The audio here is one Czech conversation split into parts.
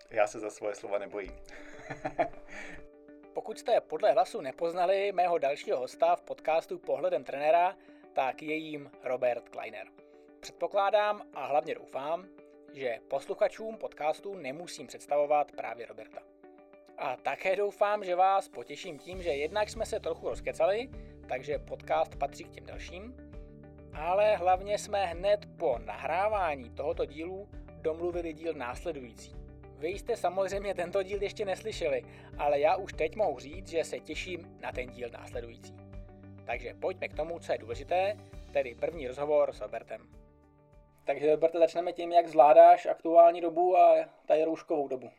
Já se za svoje slova nebojím. Pokud jste podle hlasu nepoznali mého dalšího hosta v podcastu Pohledem trenéra, tak je jím Robert Kleiner. Předpokládám a hlavně doufám, že posluchačům podcastu nemusím představovat právě Roberta. A také doufám, že vás potěším tím, že jednak jsme se trochu rozkecali, takže podcast patří k těm dalším, ale hlavně jsme hned po nahrávání tohoto dílu domluvili díl následující. Vy jste samozřejmě tento díl ještě neslyšeli, ale já už teď mohu říct, že se těším na ten díl následující. Takže pojďme k tomu, co je důležité, tedy první rozhovor s Robertem. Takže Roberte, začneme tím, jak zvládáš aktuální dobu a tady rouškovou dobu.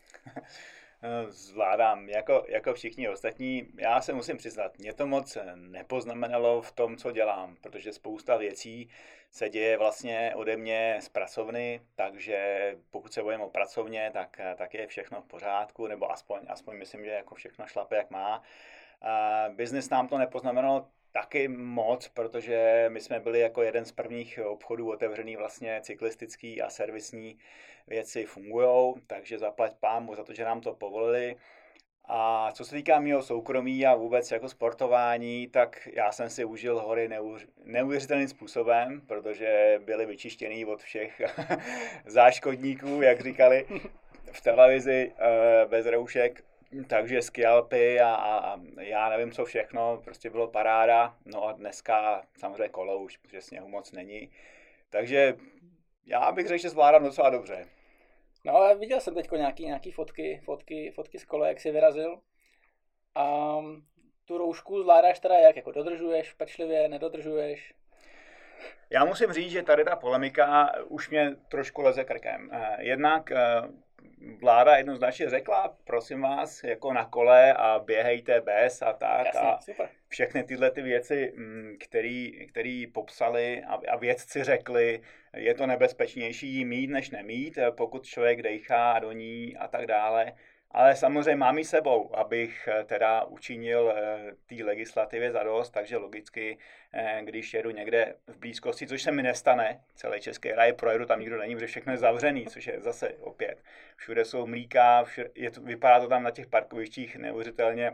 Zvládám, jako všichni ostatní. Já se musím přiznat, mě to moc nepoznamenalo v tom, co dělám, protože spousta věcí se děje vlastně ode mě z pracovny, takže pokud se bojím o pracovně, tak je všechno v pořádku, nebo aspoň myslím, že jako všechno šlape, jak má. Business nám to nepoznamenalo taky moc, protože my jsme byli jako jeden z prvních obchodů otevřený, vlastně cyklistický a servisní věci fungujou, takže zaplať pánbůh za to, že nám to povolili. A co se týká mého soukromí a vůbec jako sportování, tak já jsem si užil hory neuvěřitelným způsobem, protože byly vyčištěný od všech záškodníků, jak říkali v televizi, bez roušek. Takže skialpy a já nevím co všechno, prostě bylo paráda. No a dneska samozřejmě kolo už, protože sněhu moc není. Takže já bych řekl, že zvládám docela dobře. No ale viděl jsem teď nějaký fotky z kola, jak jsi vyrazil. A tu roušku zvládáš teda jak? Jako dodržuješ pečlivě, nedodržuješ? Já musím říct, že tady ta polemika už mě trošku leze krkem. Jednak vláda jednoznačně řekla, prosím vás, jako na kole a běhejte bez a tak. Jasně, a super. Všechny tyhle ty věci, které popsali a vědci řekli, je to nebezpečnější mít než nemít, pokud člověk dejchá do ní a tak dále. Ale samozřejmě mám ji sebou, abych teda učinil té legislativě zadost, takže logicky, když jedu někde v blízkosti, což se mi nestane, celý Český kraj projedu, tam nikdo není, protože všechno je zavřený, což je zase opět. Všude jsou mlíka, vypadá to tam na těch parkovištích neuvěřitelně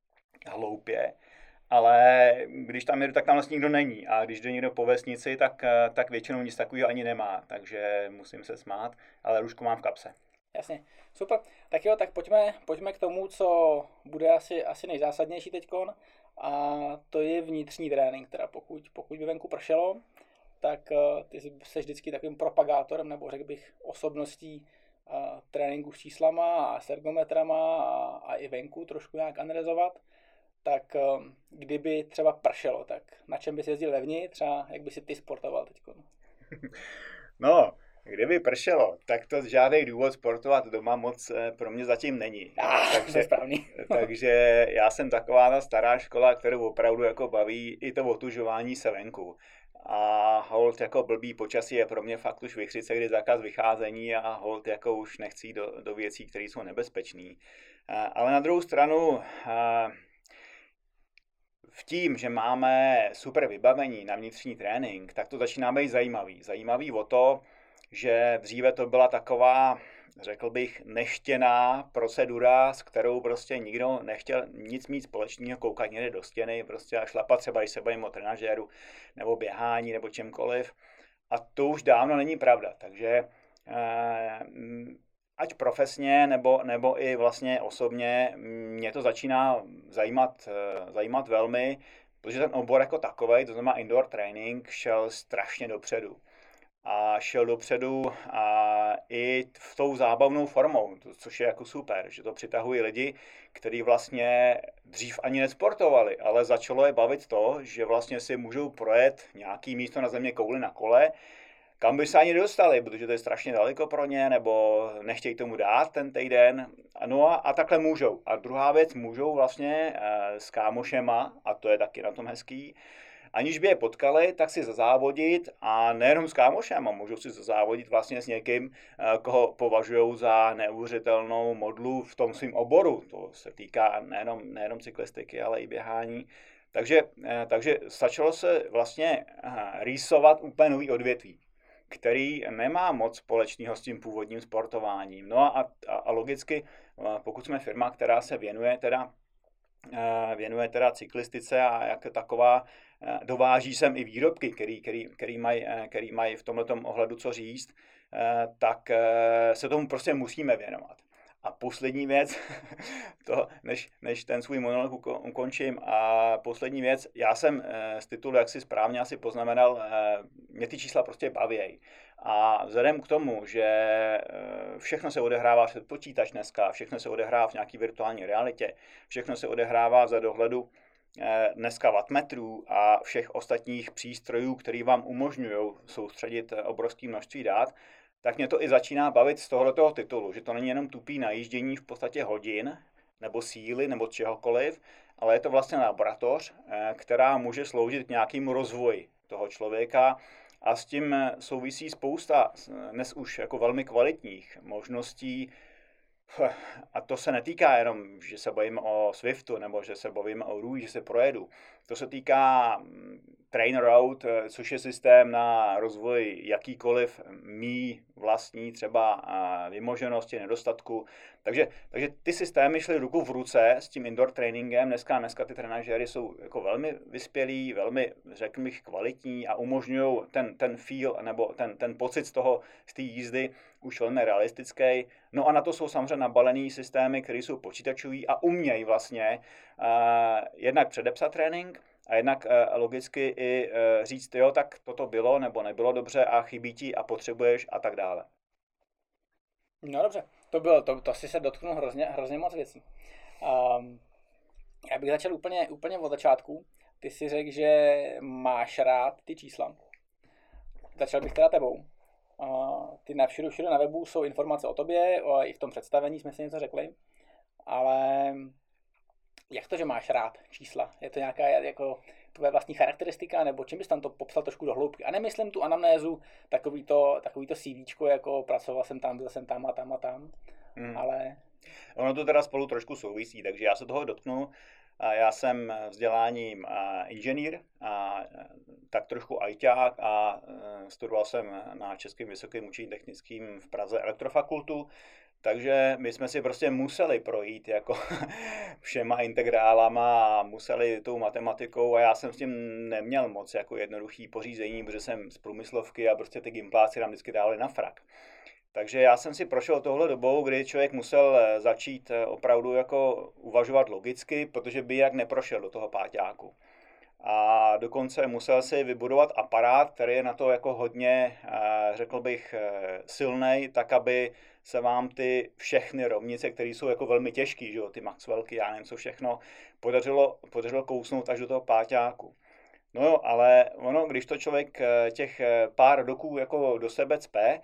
hloupě. Ale když tam jedu, tak tam vlastně nikdo není. A když jde někdo po vesnici, tak většinou nic takového ani nemá. Takže musím se smát, ale roušku mám v kapse. Jasně, super. Tak jo, tak pojďme k tomu, co bude asi nejzásadnější teďkon. A to je vnitřní trénink. Teda pokud by venku pršelo, tak ty jsi vždycky takovým propagátorem, nebo řekl bych osobností tréninku s číslama a s ergometrama a i venku trošku nějak analyzovat. Tak kdyby třeba pršelo, tak na čem bys jezdil vevnitř a jak by si ty sportoval teďko? No, kdyby pršelo, tak to žádný důvod sportovat doma moc pro mě zatím není. Takže já jsem taková ta stará škola, kterou opravdu jako baví i to otužování se venku. A hold jako blbý počasí je pro mě fakt už vychřice, kdy zákaz vycházení a hold jako už nechci jít do věcí, které jsou nebezpečné. Ale na druhou stranu v tím, že máme super vybavení na vnitřní trénink, tak to začíná být zajímavý. Zajímavý o to, že dříve to byla taková, řekl bych, neštěná procedura, s kterou prostě nikdo nechtěl nic mít společného, koukat někde do stěny prostě a šlapat třeba, když se bavím o trenažéru nebo běhání nebo čemkoliv. A to už dávno není pravda, takže ať profesně nebo i vlastně osobně mě to začíná zajímat velmi, protože ten obor jako takovej, to znamená indoor training, šel strašně dopředu. A šel dopředu i v tou zábavnou formou, což je jako super, že to přitahují lidi, kteří vlastně dřív ani nesportovali, ale začalo je bavit to, že vlastně si můžou projet nějaký místo na země kouli na kole, kam by se ani nedostali, protože to je strašně daleko pro ně, nebo nechtějí tomu dát ten týden. No a takhle můžou. A druhá věc, můžou vlastně s kámošema, a to je taky na tom hezký, aniž by je potkali, tak si zazávodit a nejenom s kámošem, a můžou si zazávodit vlastně s někým, koho považují za neuvěřitelnou modlu v tom svém oboru. To se týká nejenom cyklistiky, ale i běhání. Takže začalo se vlastně rýsovat úplně nový odvětví. který nemá moc společného s tím původním sportováním. No a logicky, pokud jsme firma, která se věnuje teda cyklistice a jako taková dováží sem i výrobky, který mají v tomhletom ohledu co říct, tak se tomu prostě musíme věnovat. A poslední věc, než ten svůj monolog ukončím, a poslední věc, já jsem z titulu, jak si správně asi poznamenal, mě ty čísla prostě bavějí. A vzhledem k tomu, že všechno se odehrává před počítač dneska, všechno se odehrává v nějaké virtuální realitě, všechno se odehrává za dohledu dneska wattmetrů a všech ostatních přístrojů, který vám umožňují soustředit obrovské množství dát, tak mě to i začíná bavit z tohoto titulu, že to není jenom tupý najíždění v podstatě hodin, nebo síly, nebo čehokoliv, ale je to vlastně laboratoř, která může sloužit k nějakému rozvoji toho člověka a s tím souvisí spousta dnes už jako velmi kvalitních možností. A to se netýká jenom, že se bavíme o Swiftu, nebo že se bavíme o RUI, že se projedu. To se týká Train Road, což je systém na rozvoj jakýkoliv mý vlastní třeba vymoženosti, nedostatku. Takže ty systémy šly ruku v ruce s tím indoor trainingem. Dneska ty trenažéry jsou jako velmi vyspělí, velmi, řekl bych, kvalitní a umožňují ten feel nebo ten pocit z té jízdy už velmi realistický. No a na to jsou samozřejmě nabalený systémy, které jsou počítačový a umějí vlastně jednak předepsat trénink a jednak logicky i říct, jo, tak toto bylo nebo nebylo dobře a chybí ti a potřebuješ a tak dále. No dobře, to si se dotknul hrozně moc věcí. Já bych začal úplně od začátku. Ty si řekl, že máš rád ty čísla. Začal bych teda tebou. Ty všude na webu jsou informace o tobě, i v tom představení jsme si něco řekli, ale jak to, že máš rád čísla? Je to nějaká jako tvoje vlastní charakteristika, nebo čím bys tam to popsal trošku do hloubky? A nemyslím tu anamnézu, takový to CVčko, jako pracoval jsem tam, byl jsem tam a tam a tam, ale... Ono to teda spolu trošku souvisí, takže já se toho dotknu. Já jsem vzděláním inženýr, tak trošku ajťák a studoval jsem na Českém vysokém učení technickém v Praze elektrofakultu, takže my jsme si prostě museli projít jako všema integrálama a museli tou matematikou a já jsem s tím neměl moc jako jednoduchý pořízení, protože jsem z průmyslovky a prostě ty gimpláci nám vždycky dávali na frak. Takže já jsem si prošel tohle dobou, kdy člověk musel začít opravdu jako uvažovat logicky, protože by jak neprošel do toho páťáku. A dokonce musel si vybudovat aparát, který je na to jako hodně, řekl bych, silnej, tak aby se vám ty všechny rovnice, které jsou jako velmi těžké, že jo, ty Maxwellky, já nevím co všechno, podařilo kousnout až do toho páťáku. No jo, ale ono, když to člověk těch pár roků jako do sebe cpe,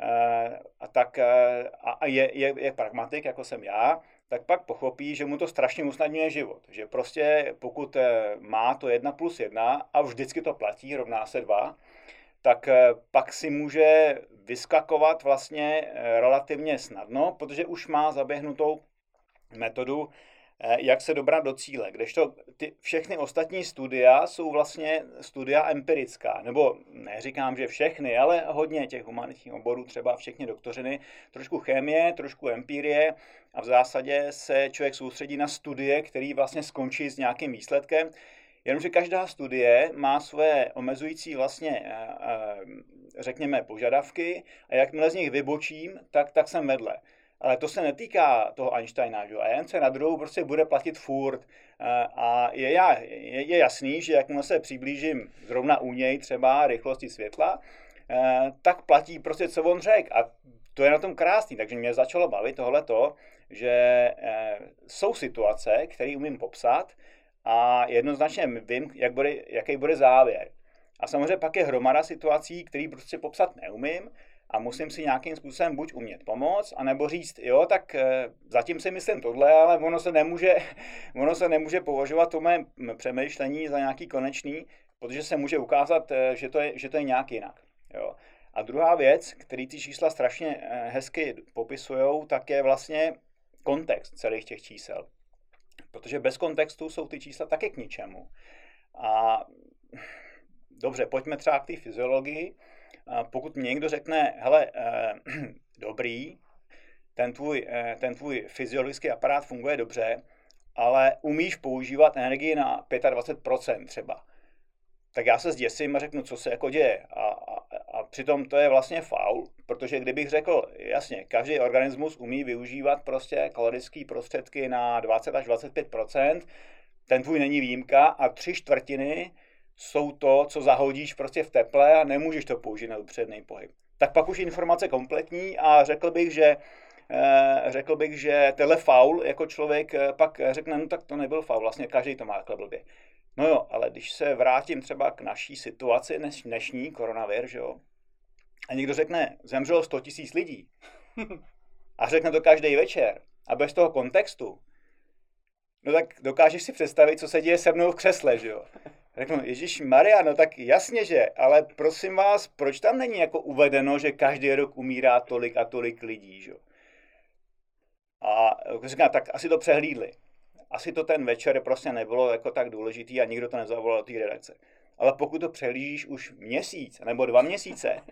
a je pragmatik, jako jsem já, tak pak pochopí, že mu to strašně usnadňuje život. Že prostě pokud má to 1+1 a vždycky to platí, rovná se 2, tak pak si může vyskakovat vlastně relativně snadno, protože už má zaběhnutou metodu, jak se dobrat do cíle. Kdežto všechny ostatní studia jsou vlastně studia empirická, nebo neříkám, že všechny, ale hodně těch humanitních oborů, třeba všechny doktoriny, trošku chemie, trošku empirie a v zásadě se člověk soustředí na studie, které vlastně skončí s nějakým výsledkem, jenomže každá studie má své omezující vlastně, řekněme, požadavky a jakmile z nich vybočím, tak jsem vedle. Ale to se netýká toho Einsteina, že? A EMC na druhou prostě bude platit furt. A je jasný, že jakmile se přiblížím zrovna u něj třeba rychlosti světla, tak platí prostě, co on řekl. A to je na tom krásný. Takže mě začalo bavit tohleto, že jsou situace, které umím popsat a jednoznačně vím, jaký bude závěr. A samozřejmě pak je hromada situací, které prostě popsat neumím, a musím si nějakým způsobem buď umět pomoct, anebo říct, jo, tak zatím si myslím tohle, ale ono se nemůže považovat to mé přemýšlení za nějaký konečný, protože se může ukázat, že to je nějak jinak. Jo. A druhá věc, který ty čísla strašně hezky popisujou, tak je vlastně kontext celých těch čísel. Protože bez kontextu jsou ty čísla taky k ničemu. A dobře, pojďme třeba k té fyziologii. pokud mě někdo řekne, hele, dobrý, ten tvůj fyziologický aparát funguje dobře, ale umíš používat energii na 25% třeba, tak já se zděsím a řeknu, co se jako děje. A přitom to je vlastně faul, protože kdybych řekl, jasně, každý organismus umí využívat prostě kalorické prostředky na 20 až 25%, ten tvůj není výjimka a 3/4 jsou to, co zahodíš prostě v teple a nemůžeš to použít na upředný pohyb. Tak pak už informace kompletní a řekl bych, že tenhle faul jako člověk pak řekne, no tak to nebyl faul, vlastně každý to má takhle blbě. No jo, ale když se vrátím třeba k naší situaci dnešní, koronavir, že jo, a někdo řekne, zemřelo 100 000 lidí a řekne to každý večer a bez toho kontextu, no tak dokážeš si představit, co se děje se mnou v křesle, že jo. Řeknu, ježišmarja, no tak jasně, že, ale prosím vás, proč tam není jako uvedeno, že každý rok umírá tolik a tolik lidí, že jo. A říkám, tak asi to přehlídli. Asi to ten večer prostě nebylo jako tak důležitý a nikdo to nezavolal do té redakce. Ale pokud to přehlížíš už měsíc nebo 2 měsíce,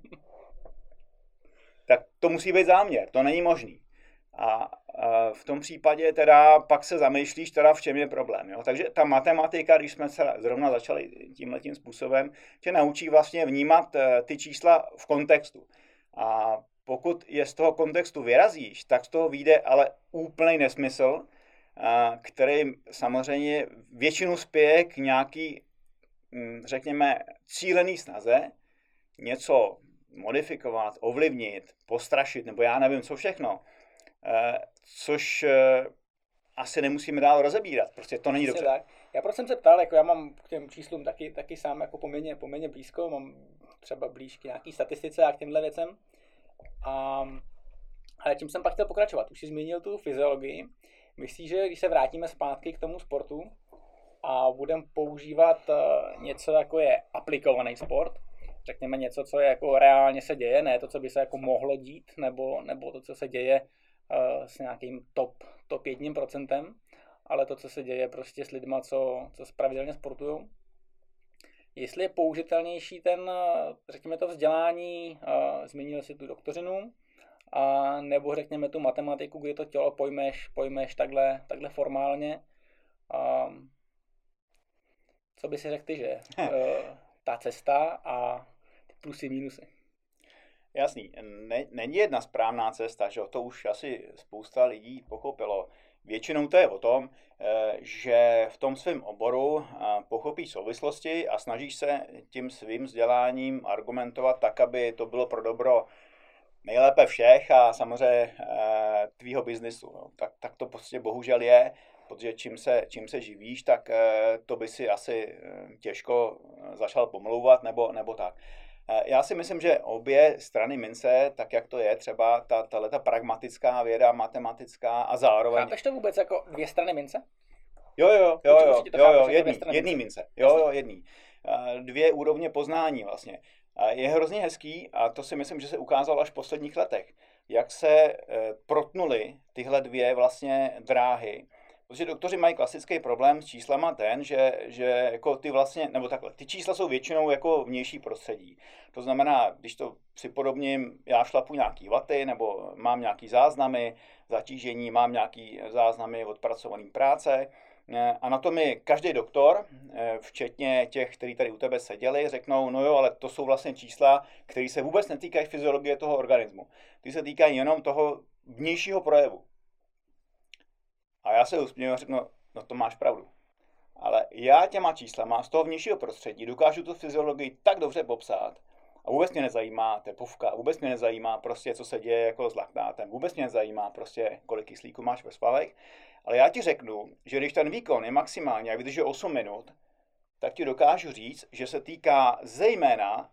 tak to musí být záměr, to není možný. A v tom případě teda pak se zamýšlíš teda, v čem je problém. Jo? Takže ta matematika, když jsme se zrovna začali tímhletím způsobem, tě naučí vlastně vnímat ty čísla v kontextu. A pokud je z toho kontextu vyrazíš, tak z toho vyjde ale úplný nesmysl, který samozřejmě většinou spěje k nějaký, řekněme, cílený snaze něco modifikovat, ovlivnit, postrašit, nebo já nevím, co všechno, což asi nemusíme dál rozebírat, prostě to není dobře. Tak. Já proč jsem se ptal, jako já mám k těm číslům taky sám jako poměrně blízko, mám třeba blíž k nějaký statistice a k těmhle věcem. Ale tím jsem pak chtěl pokračovat. Už jsi zmínil tu fyziologii. Myslíš, že když se vrátíme zpátky k tomu sportu a budeme používat něco, jako je aplikovaný sport, řekněme něco, co je jako reálně se děje, ne to, co by se jako mohlo dít, nebo to, co se děje s nějakým top 1%, ale to, co se děje prostě s lidma, co pravidelně sportujou. Jestli je použitelnější řekněme to vzdělání, zmínil si tu doktorinu, a nebo řekněme tu matematiku, kdy to tělo pojmeš takhle formálně. Co by si řekl ty, že ta cesta a ty plusy, mínusy? Jasný, není jedna správná cesta, že to už asi spousta lidí pochopilo. Většinou to je o tom, že v tom svém oboru pochopíš souvislosti a snažíš se tím svým vzděláním argumentovat tak, aby to bylo pro dobro nejlépe všech a samozřejmě tvýho biznisu. No. Tak to prostě bohužel je, protože čím se živíš, tak to by si asi těžko začal pomlouvat nebo tak. Já si myslím, že obě strany mince, tak jak to je, třeba tato pragmatická věda, matematická a zároveň... Chápeš to vůbec jako 2 strany mince? Jo, jedný mince. Jedný. 2 úrovně poznání vlastně. Je hrozně hezký, a to si myslím, že se ukázalo až v posledních letech, jak se protnuly tyhle 2 vlastně dráhy. Protože doktoři mají klasický problém s číslama ten, že jako ty vlastně, nebo takhle, ty čísla jsou většinou jako vnější prostředí. To znamená, když to připodobním, já šlapu nějaký vaty, nebo mám nějaký záznamy, zatížení, mám nějaký záznamy odpracované práce, a na to mi každý doktor, včetně těch, kteří tady u tebe seděli, řeknou, no jo, ale to jsou vlastně čísla, které se vůbec netýkají fyziologie toho organismu. Ty se týkají jenom toho vnějšího projevu. A já se usměju a řeknu, no to máš pravdu. Ale já těma číslama z toho vnějšího prostředí dokážu tu fyziologii tak dobře popsat a vůbec mě nezajímá tepovka, vůbec mě nezajímá prostě, co se děje jako s laktátem, vůbec mě nezajímá prostě, kolik kyslíku máš ve svalech, ale já ti řeknu, že když ten výkon je maximální a vydrží 8 minut, tak ti dokážu říct, že se týká zejména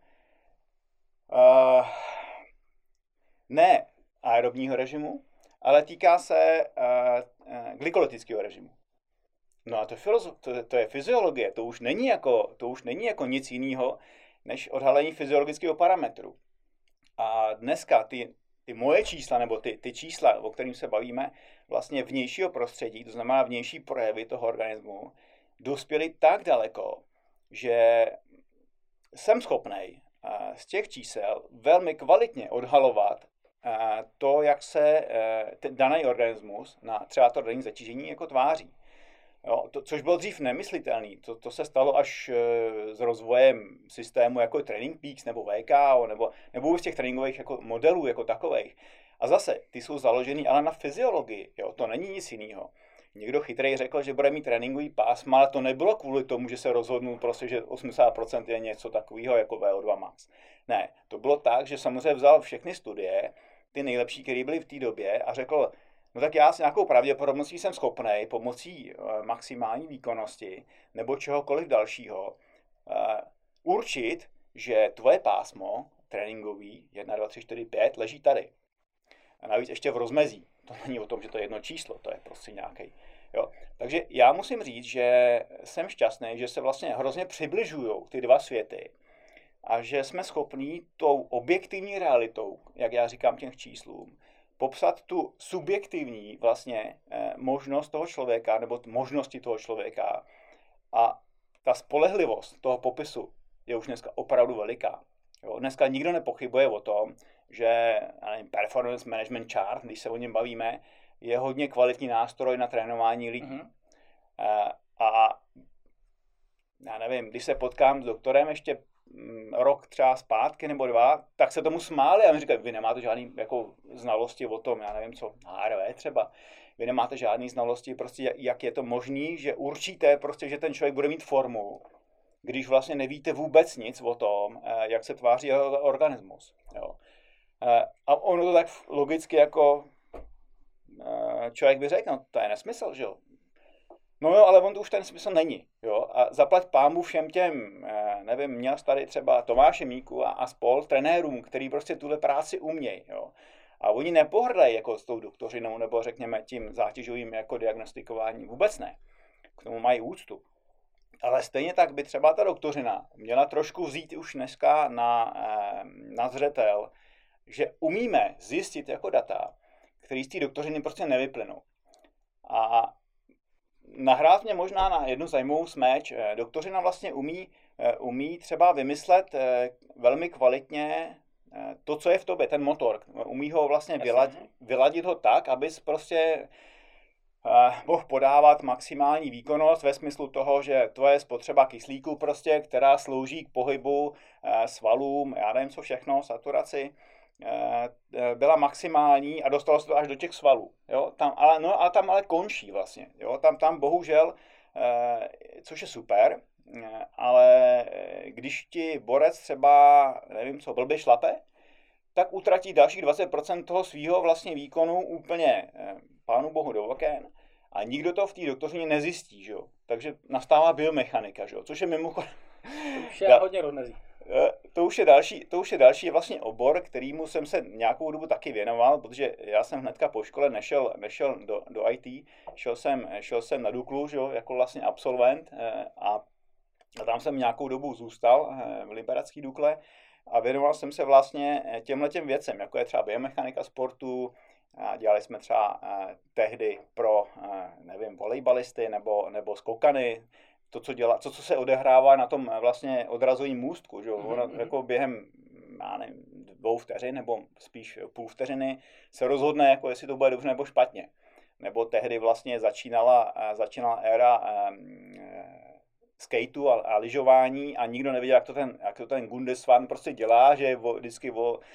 ne aerobního režimu, ale týká se glykolytického režimu. No a to je fyziologie, to už není jako nic jiného, než odhalení fyziologického parametru. A dneska ty moje čísla, nebo ty čísla, o kterým se bavíme, vlastně vnějšího prostředí, to znamená vnější projevy toho organismu, dospěly tak daleko, že jsem schopnej z těch čísel velmi kvalitně odhalovat to, jak se ten daný organismus na třeba to dané zatížení jako tváří. Jo, což bylo dřív nemyslitelné. To se stalo až s rozvojem systému jako Training Peaks nebo VKO nebo už těch tréninkových jako modelů jako takových. A zase, ty jsou založený ale na fyziologii. Jo, to není nic jiného. Někdo chytrej řekl, že bude mít tréninkový pásma, ale to nebylo kvůli tomu, že se rozhodnul prostě, že 80% je něco takového jako VO2 max. Ne, to bylo tak, že samozřejmě vzal všechny studie, ty nejlepší, které byly v té době a řekl, no tak já s nějakou pravděpodobností jsem schopnej pomocí maximální výkonnosti nebo čehokoliv dalšího určit, že tvoje pásmo tréninkový 1, 2, 3, 4, 5 leží tady. A navíc ještě v rozmezí. To není o tom, že to je jedno číslo, to je prostě nějaký. Jo. Takže já musím říct, že jsem šťastný, že se vlastně hrozně přibližují ty dva světy a že jsme schopní tou objektivní realitou, jak já říkám těm číslům, popsat tu subjektivní vlastně možnost toho člověka nebo možnosti toho člověka a ta spolehlivost toho popisu je už dneska opravdu veliká. Jo, dneska nikdo nepochybuje o tom, že performance management chart, když se o něm bavíme, je hodně kvalitní nástroj na trénování lidí. A já nevím, když se potkám s doktorem ještě rok třeba zpátky nebo 2, tak se tomu smáli a mi říkají, vy nemáte žádný jako znalosti o tom, já nevím co, HRV třeba, vy nemáte žádný znalosti, prostě jak je to možný, že určíte prostě, že ten člověk bude mít formu, když vlastně nevíte vůbec nic o tom, jak se tváří jeho organismus. Jo. A ono to tak logicky jako člověk by řekl, no to je nesmysl, že jo. No jo, ale on to už ten smysl není. Jo? A zaplať pánbu všem těm, nevím, měl tady třeba Tomáše Míku a spol trenérům, který prostě tuhle práci umějí. Jo? A oni nepohrdají jako s tou doktorinou nebo řekněme tím zátěžovým jako diagnostikováním. Vůbec ne. K tomu mají úctu. Ale stejně tak by třeba ta doktorina měla trošku vzít už dneska na zřetel, že umíme zjistit jako data, které z té doktoriny prostě nevyplynou. A nahrát mě možná na jednu zajímavou smeč. Doktorina vlastně umí třeba vymyslet velmi kvalitně to, co je v tobě, ten motor. Umí ho vlastně vyladit ho tak, abys prostě mohl podávat maximální výkonnost ve smyslu toho, že tvoje spotřeba kyslíku prostě, která slouží k pohybu svalům, já nevím co všechno, saturaci, byla maximální a dostalo se to až do těch svalů. Jo? Tam ale končí vlastně. Jo? Tam bohužel, což je super, ale když ti borec třeba, nevím co, blbě šlape, tak utratí dalších 20% toho svýho vlastně výkonu úplně pánu bohu do oken a nikdo to v té doktorině nezjistí. Že jo? Takže nastává biomechanika, že jo? Což je mimochodem... To už je hodně rozmezí. To už je další vlastně obor, kterýmu jsem se nějakou dobu taky věnoval, protože já jsem hnedka po škole nešel do IT, šel jsem na Duklu, že jo, jako vlastně absolvent a tam jsem nějakou dobu zůstal v liberecké Dukle a věnoval jsem se vlastně těmhletěm věcem, jako je třeba biomechanika sportu, dělali jsme třeba tehdy pro, nevím, volejbalisty nebo skokany, co se odehrává na tom vlastně odrazovém můstku, že? Ono jako během, já nevím, 2 vteřin nebo spíš půl vteřiny se rozhodne, jako jestli to bude dobře nebo špatně. Nebo tehdy vlastně začínala éra skateu a lyžování a nikdo nevěděl, jak to ten Gundes-Svan prostě dělá, že je vždycky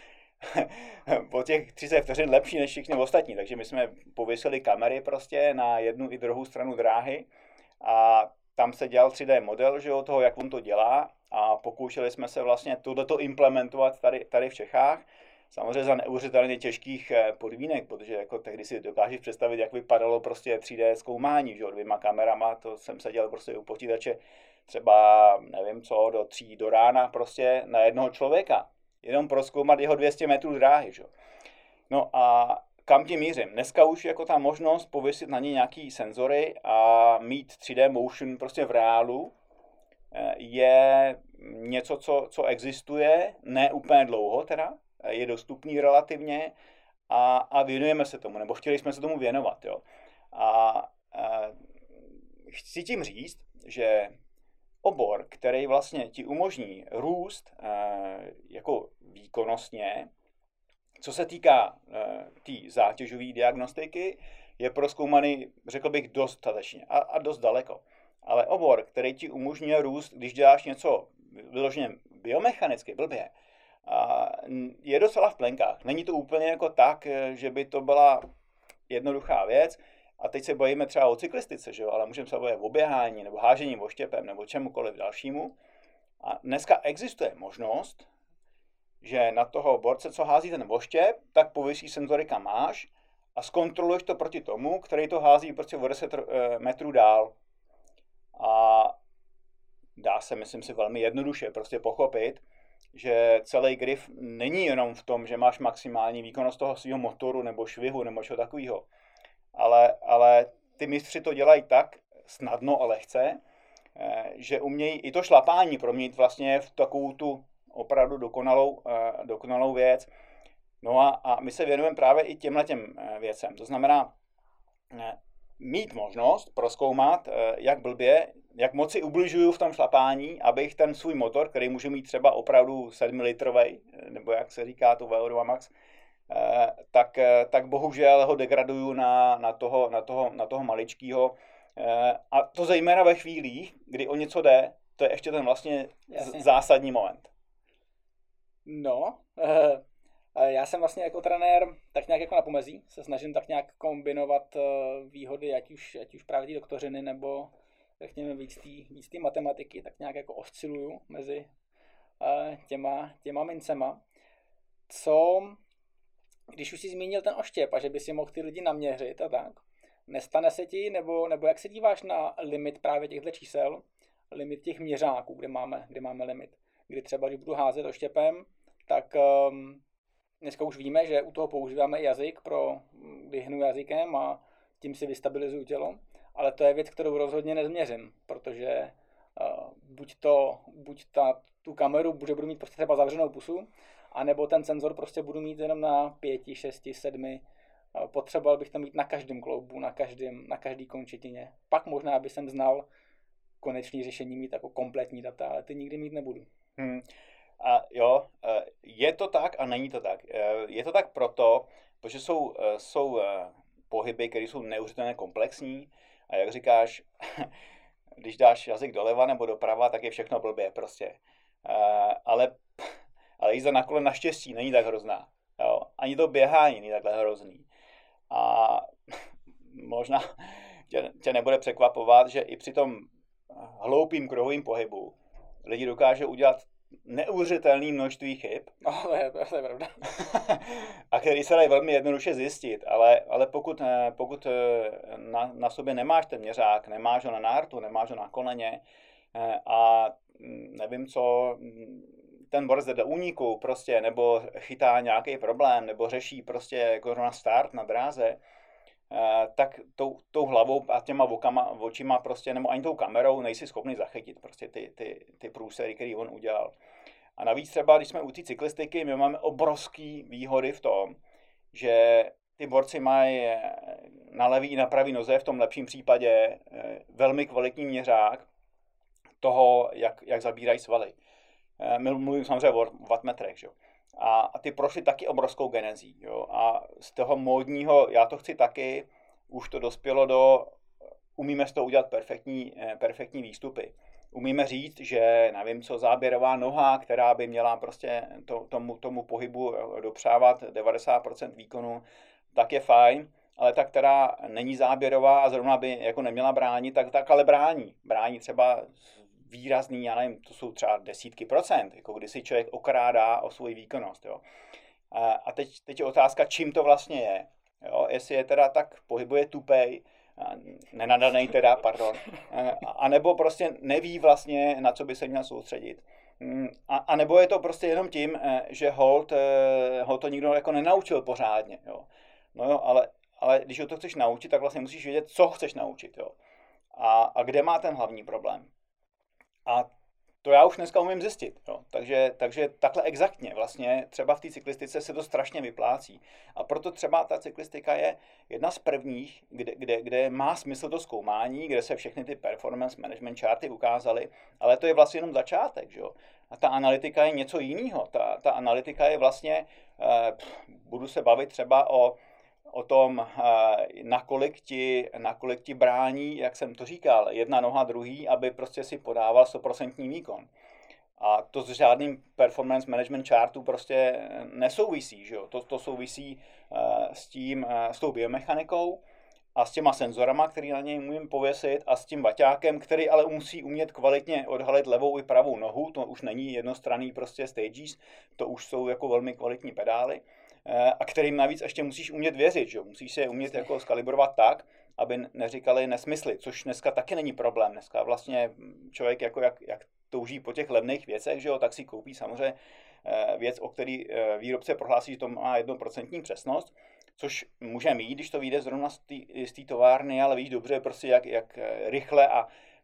o těch 30 vteřin lepší než všichni ostatní. Takže my jsme pověsili kamery prostě na jednu i druhou stranu dráhy a tam se dělal 3D model, že jo, toho, jak on to dělá a pokoušeli jsme se vlastně tohleto implementovat tady v Čechách. Samozřejmě za neuvěřitelně těžkých podmínek, protože jako tehdy si dokážeš představit, jak vypadalo prostě 3D zkoumání, že jo, 2 kamerama, to jsem seděl prostě u počítače třeba, nevím co, do 3 do rána prostě na jednoho člověka. Jenom prozkoumat jeho 200 metrů dráhy, že jo. No a kam tím mířím? Dneska už jako ta možnost pověsit na ně nějaký senzory a mít 3D motion prostě v reálu je něco, co existuje, ne úplně dlouho teda, je dostupný relativně a věnujeme se tomu, nebo chtěli jsme se tomu věnovat. Jo. A chci tím říct, že obor, který vlastně ti umožní růst jako výkonnostně, co se týká té zátěžové diagnostiky, je prozkoumaný, řekl bych, dostatečně a dost daleko. Ale obor, který ti umožňuje růst, když děláš něco vyloženě biomechanicky blbě, je docela v plenkách. Není to úplně jako tak, že by to byla jednoduchá věc. A teď se bavíme třeba o cyklistice, že jo? Ale můžeme se bavit o běhání, nebo hážení voštěpem, nebo čemukoliv dalšímu. A dneska existuje možnost, že na toho borce, co hází ten voštěp, tak pověsíš senzory, kam máš a zkontroluješ to proti tomu, který to hází prostě o 10 metrů dál. A dá se, myslím si, velmi jednoduše prostě pochopit, že celý grif není jenom v tom, že máš maximální výkonnost toho svého motoru nebo švihu nebo čeho takového. Ale ty mistři to dělají tak snadno a lehce, že umějí i to šlapání proměnit vlastně v takovou tu opravdu dokonalou věc. No a my se věnujeme právě i těmhletěm věcem. To znamená mít možnost prozkoumat, jak moc si ubližuju v tom šlapání, abych ten svůj motor, který může mít třeba opravdu 7-litrovej, nebo jak se říká to VO2 Max, tak bohužel ho degraduju na toho maličkýho. A to zejména ve chvílích, kdy o něco jde, to je ještě ten vlastně zásadní moment. No, já jsem vlastně jako trenér tak nějak jako na pomezí, se snažím tak nějak kombinovat výhody, ať už právě ty doktořiny, nebo řekněme víc té matematiky, tak nějak jako osciluju mezi těma mincema. Co, když už jsi zmínil ten oštěp a že by si mohl ty lidi naměřit a tak, nestane se ti, nebo jak se díváš na limit právě těchto čísel, limit těch měřáků, kde máme limit, kdy třeba, když budu házet oštěpem, tak dneska už víme, že u toho používáme i jazyk, kdy hnu jazykem a tím si vystabilizuju tělo, ale to je věc, kterou rozhodně nezměřím, protože buď tu kameru budu mít prostě třeba zavřenou pusu, anebo ten senzor prostě budu mít jenom na 5, 6, 7. Potřeboval bych to mít na každém kloubu, na každý končetině. Pak možná by jsem znal konečné řešení mít jako kompletní data, ale ty nikdy mít nebudu. A jo, je to tak a není to tak. Je to tak proto, protože jsou pohyby, které jsou neuvěřitelně komplexní a jak říkáš, když dáš jazyk doleva nebo doprava, tak je všechno blbě prostě. Ale jízda na kole naštěstí není tak hrozná. Jo? Ani to běhání není takhle hrozný. A možná tě nebude překvapovat, že i při tom hloupým kruhovým pohybu lidi dokážou udělat neuvěřitelné množství chyb. To je pravda. A který se dají velmi jednoduše zjistit, ale pokud na sobě nemáš ten měřák, nemáš ho na nártu, nemáš ho na koleně a nevím co, ten borec jde do úniku prostě, nebo chytá nějaký problém, nebo řeší prostě jako na start na dráze, tak tou hlavou a těma očima prostě, nebo ani tou kamerou nejsi schopný zachytit prostě ty průsery, který on udělal. A navíc třeba, když jsme u té cyklistiky, my máme obrovský výhody v tom, že ty borci mají na levý i na pravý noze, v tom lepším případě, velmi kvalitní měřák toho, jak zabírají svaly. Mluvím samozřejmě o wattmetrech, že jo. A ty prošly taky obrovskou genezí, jo. A z toho módního, já to chci taky, už to dospělo umíme z toho udělat perfektní výstupy. Umíme říct, že nevím co, záběrová noha, která by měla prostě tomu pohybu dopřávat 90% výkonu, tak je fajn, ale ta, která není záběrová a zrovna by jako neměla bránit, tak ale brání. Brání třeba výrazný, já nevím, to jsou třeba desítky procent, jako když si člověk okrádá o svou výkonnost. Jo. A teď je otázka, čím to vlastně je. Jo. Jestli je teda tak pohybuje tupej, nenadanej teda, pardon, a nebo prostě neví vlastně, na co by se měl soustředit. A nebo je to prostě jenom tím, že ho to nikdo jako nenaučil pořádně. Jo. No jo, ale když ho to chceš naučit, tak vlastně musíš vědět, co chceš naučit. Jo. A kde má ten hlavní problém. A to já už dneska umím zjistit. Jo. Takže takhle exaktně vlastně třeba v té cyklistice se to strašně vyplácí. A proto třeba ta cyklistika je jedna z prvních, kde má smysl to zkoumání, kde se všechny ty performance management charty ukázaly, ale to je vlastně jenom začátek, že jo. A ta analytika je něco jiného. Ta analytika je vlastně, budu se bavit třeba o tom, nakolik ti brání, jak jsem to říkal, jedna noha druhý, aby prostě si podával 100% výkon. A to s žádným performance management chartu prostě nesouvisí, že jo? To souvisí s tou biomechanikou a s těma senzorama, který na něj můžeme pověsit, a s tím baťákem, který ale musí umět kvalitně odhalit levou i pravou nohu. To už není jednostranný prostě stages, to už jsou jako velmi kvalitní pedály, a kterým navíc ještě musíš umět věřit, že jo? Musíš se umět jako skalibrovat tak, aby neříkali nesmysly, což dneska taky není problém. Dneska vlastně člověk jako jak touží po těch levných věcech, že jo, tak si koupí samozřejmě věc, o který výrobce prohlásí, že to má 1% přesnost, což může mít, když to vyjde zrovna z té továrny, ale víš dobře prostě, jak rychle a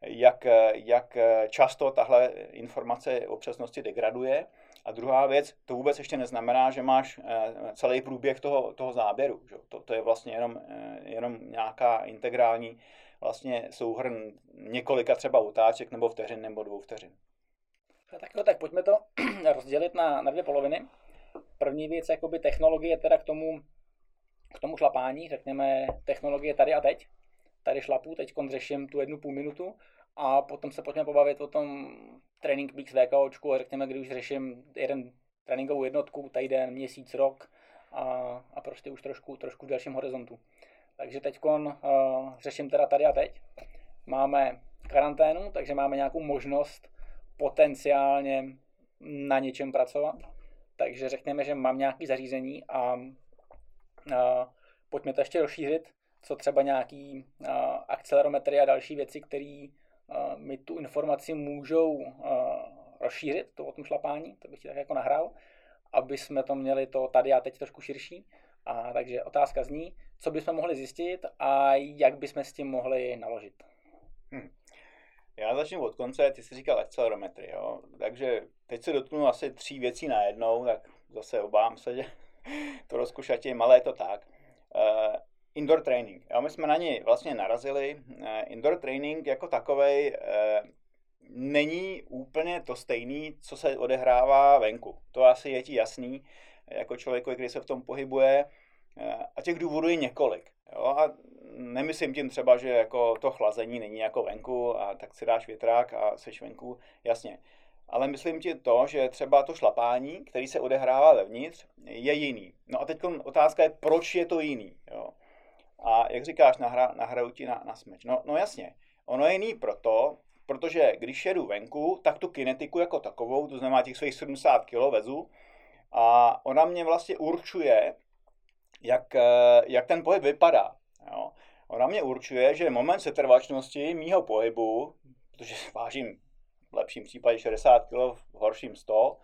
jak často tahle informace o přesnosti degraduje. A druhá věc, to vůbec ještě neznamená, že máš celý průběh toho záběru. Že? To je vlastně jenom nějaká integrální vlastně souhrn několika třeba otáček nebo vteřin nebo 2 vteřin. Tak pojďme to rozdělit na 2 poloviny. První věc, jakoby technologie teda k tomu šlapání, řekněme technologie tady a teď. Tady šlapu, teď řeším tu 1,5 minutu a potom se pojďme pobavit o tom Training Peaks VKOčku a řekněme, kdy už řeším jeden tréninkovou jednotku, týden, měsíc, rok a prostě už trošku v dalším horizontu. Takže teď řeším teda tady a teď. Máme karanténu, takže máme nějakou možnost potenciálně na něčem pracovat. Takže řekněme, že mám nějaké zařízení a pojďme to ještě rozšířit, co třeba nějaký akcelerometry a další věci, které mi tu informaci můžou rozšířit, to o tom šlapání, to bych ti tak jako nahrál, aby jsme to měli to tady a teď trošku širší. Takže otázka zní, co bychom mohli zjistit a jak bychom s tím mohli naložit. Já začnu od konce, ty jsi říkal akcelerometry, jo? Takže teď se dotknu asi 3 věcí najednou, tak zase obávám se, že to rozkušatím, ale je to tak. Indoor training. Jo, my jsme na něj vlastně narazili. Indoor training jako takovej není úplně to stejný, co se odehrává venku. To asi je ti jasný, jako člověku, který se v tom pohybuje. A těch důvodů je několik. Jo? A nemyslím tím třeba, že jako to chlazení není jako venku a tak si dáš větrák a seš venku, jasně. Ale myslím ti to, že třeba to šlapání, který se odehrává vevnitř, je jiný. No a teď otázka je, proč je to jiný. Jo? A jak říkáš, nahraju ti na smeč. No jasně, ono je jiný protože když jedu venku, tak tu kinetiku jako takovou, to znamená těch svých 70 kg vezu, a ona mě vlastně určuje, jak ten pohyb vypadá. Jo? Ona mě určuje, že moment setrvačnosti mýho pohybu, protože vážím v lepším případě 60 kg, v horším 100,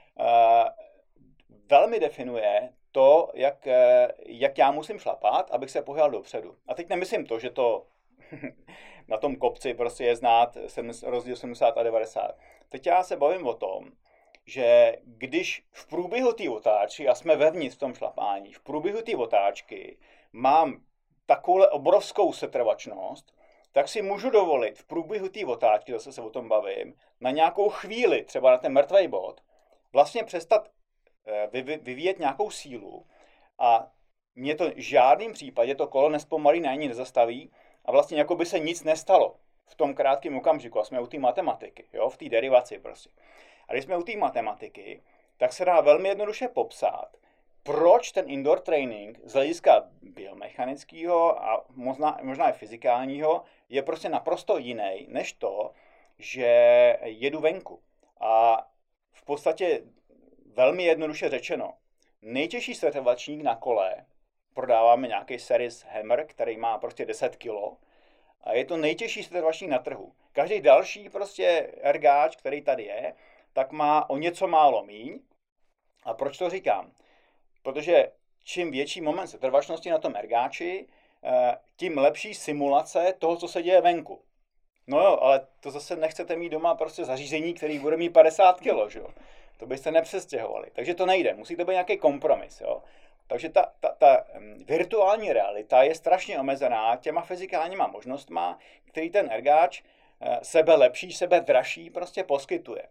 velmi definuje to, jak já musím šlapat, abych se pohybal dopředu. A teď nemyslím to, že to na tom kopci prostě je znát rozdíl 70 a 90. Teď já se bavím o tom, že když v průběhu té otáčky, a jsme vevnitř v tom šlapání, v průběhu té otáčky mám takovou obrovskou setrvačnost, tak si můžu dovolit v průběhu té otáčky, zase se o tom bavím, na nějakou chvíli, třeba na ten mrtvej bod, vlastně přestat vyvíjet nějakou sílu a mě to v žádném případě to kolo nespomalí, ani nezastaví a vlastně jako by se nic nestalo v tom krátkém okamžiku. A jsme u té matematiky, jo, v té derivaci prostě. A když jsme u té matematiky, tak se dá velmi jednoduše popsat, proč ten indoor training z hlediska biomechanického a možná i fyzikálního je prostě naprosto jiný, než to, že jedu venku. A v podstatě velmi jednoduše řečeno, nejtěžší setrvačník na kole, prodáváme nějaký Series Hammer, který má prostě 10 kg, a je to nejtěžší setrvačník na trhu. Každý další prostě ergáč, který tady je, tak má o něco málo míň. A proč to říkám? Protože čím větší moment setrvačnosti na tom ergáči, tím lepší simulace toho, co se děje venku. No jo, ale to zase nechcete mít doma prostě zařízení, který bude mít 50 kg, že jo. To byste nepřestěhovali. Takže to nejde, musí to být nějaký kompromis, jo. Takže ta virtuální realita je strašně omezená těma fyzikálníma možnostma, který ten ergáč sebe lepší, sebe dražší prostě poskytuje.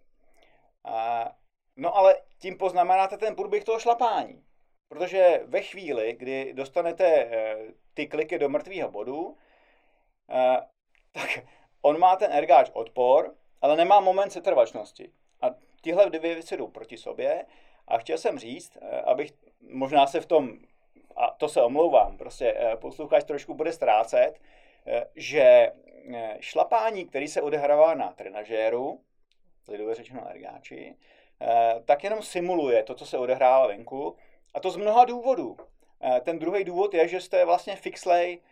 No ale tím poznamenáte ten průběh toho šlapání. Protože ve chvíli, kdy dostanete ty kliky do mrtvého bodu, tak on má ten ergáč odpor, ale nemá moment setrvačnosti. A tyhle dvě věci jdou proti sobě. A chtěl jsem říct, abych možná se v tom, a to se omlouvám, prostě posluchač trošku bude ztrácet, že šlapání, který se odehrává na trenažéru, lidově řečeno ergáči, tak jenom simuluje to, co se odehrává venku. A to z mnoha důvodů. Ten druhý důvod je, že jste vlastně fixlej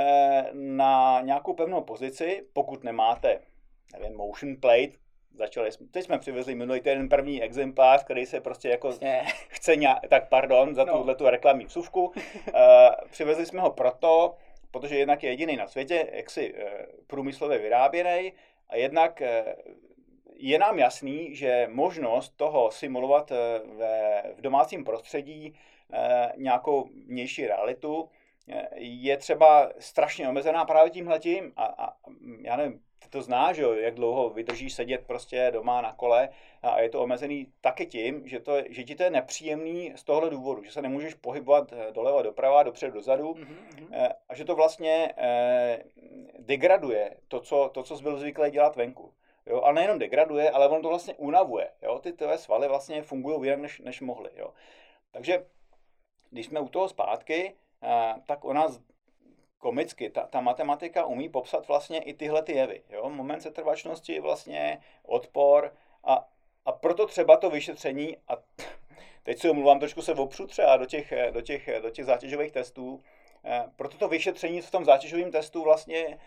na nějakou pevnou pozici, pokud nemáte, nevím, motion plate. Teď jsme přivezli minulý týden první exemplář, který se prostě jako chce tak pardon za tuhletu reklamní vsuvku. Přivezli jsme ho proto, protože jednak je jediný na světě, jaksi průmyslově vyráběný, a jednak je nám jasný, že možnost toho simulovat v domácím prostředí nějakou vnější realitu je třeba strašně omezená právě tímhletím a já nevím, ty to znáš, že jo, jak dlouho vydržíš sedět prostě doma na kole a je to omezený taky tím, že ti to je nepříjemný z tohohle důvodu, že se nemůžeš pohybovat doleva, doprava, dopředu, dozadu a že to vlastně degraduje to, co jsi byl zvyklý dělat venku. Jo, a nejenom degraduje, ale on to vlastně unavuje. Jo? Ty tvé svaly vlastně fungují jinak, než mohly. Jo? Takže když jsme u toho zpátky, tak ona komicky, ta matematika umí popsat vlastně i tyhle ty jevy. Jo? Moment setrvačnosti, vlastně odpor a proto třeba to vyšetření, a teď si omluvám, trošku se opřu třeba do těch zátěžových testů, proto to vyšetření v tom zátěžovém testu vlastně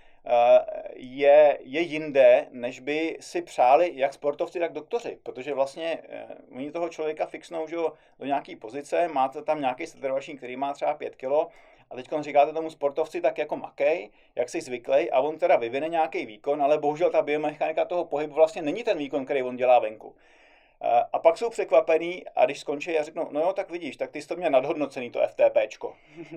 je jinde, než by si přáli jak sportovci, tak doktoři, protože vlastně oni toho člověka fixnou, že do nějaký pozice, máte tam nějaký setrvačník, který má třeba 5 kg a teď říkáte tomu sportovci tak jako makej, jak jsi zvyklej, a on teda vyvine nějaký výkon, ale bohužel ta biomechanika toho pohybu vlastně není ten výkon, který on dělá venku. A pak jsou překvapený a když skončí a řeknou, no jo, tak vidíš, tak ty jsi to měl nadhodnocený, to FTPčko.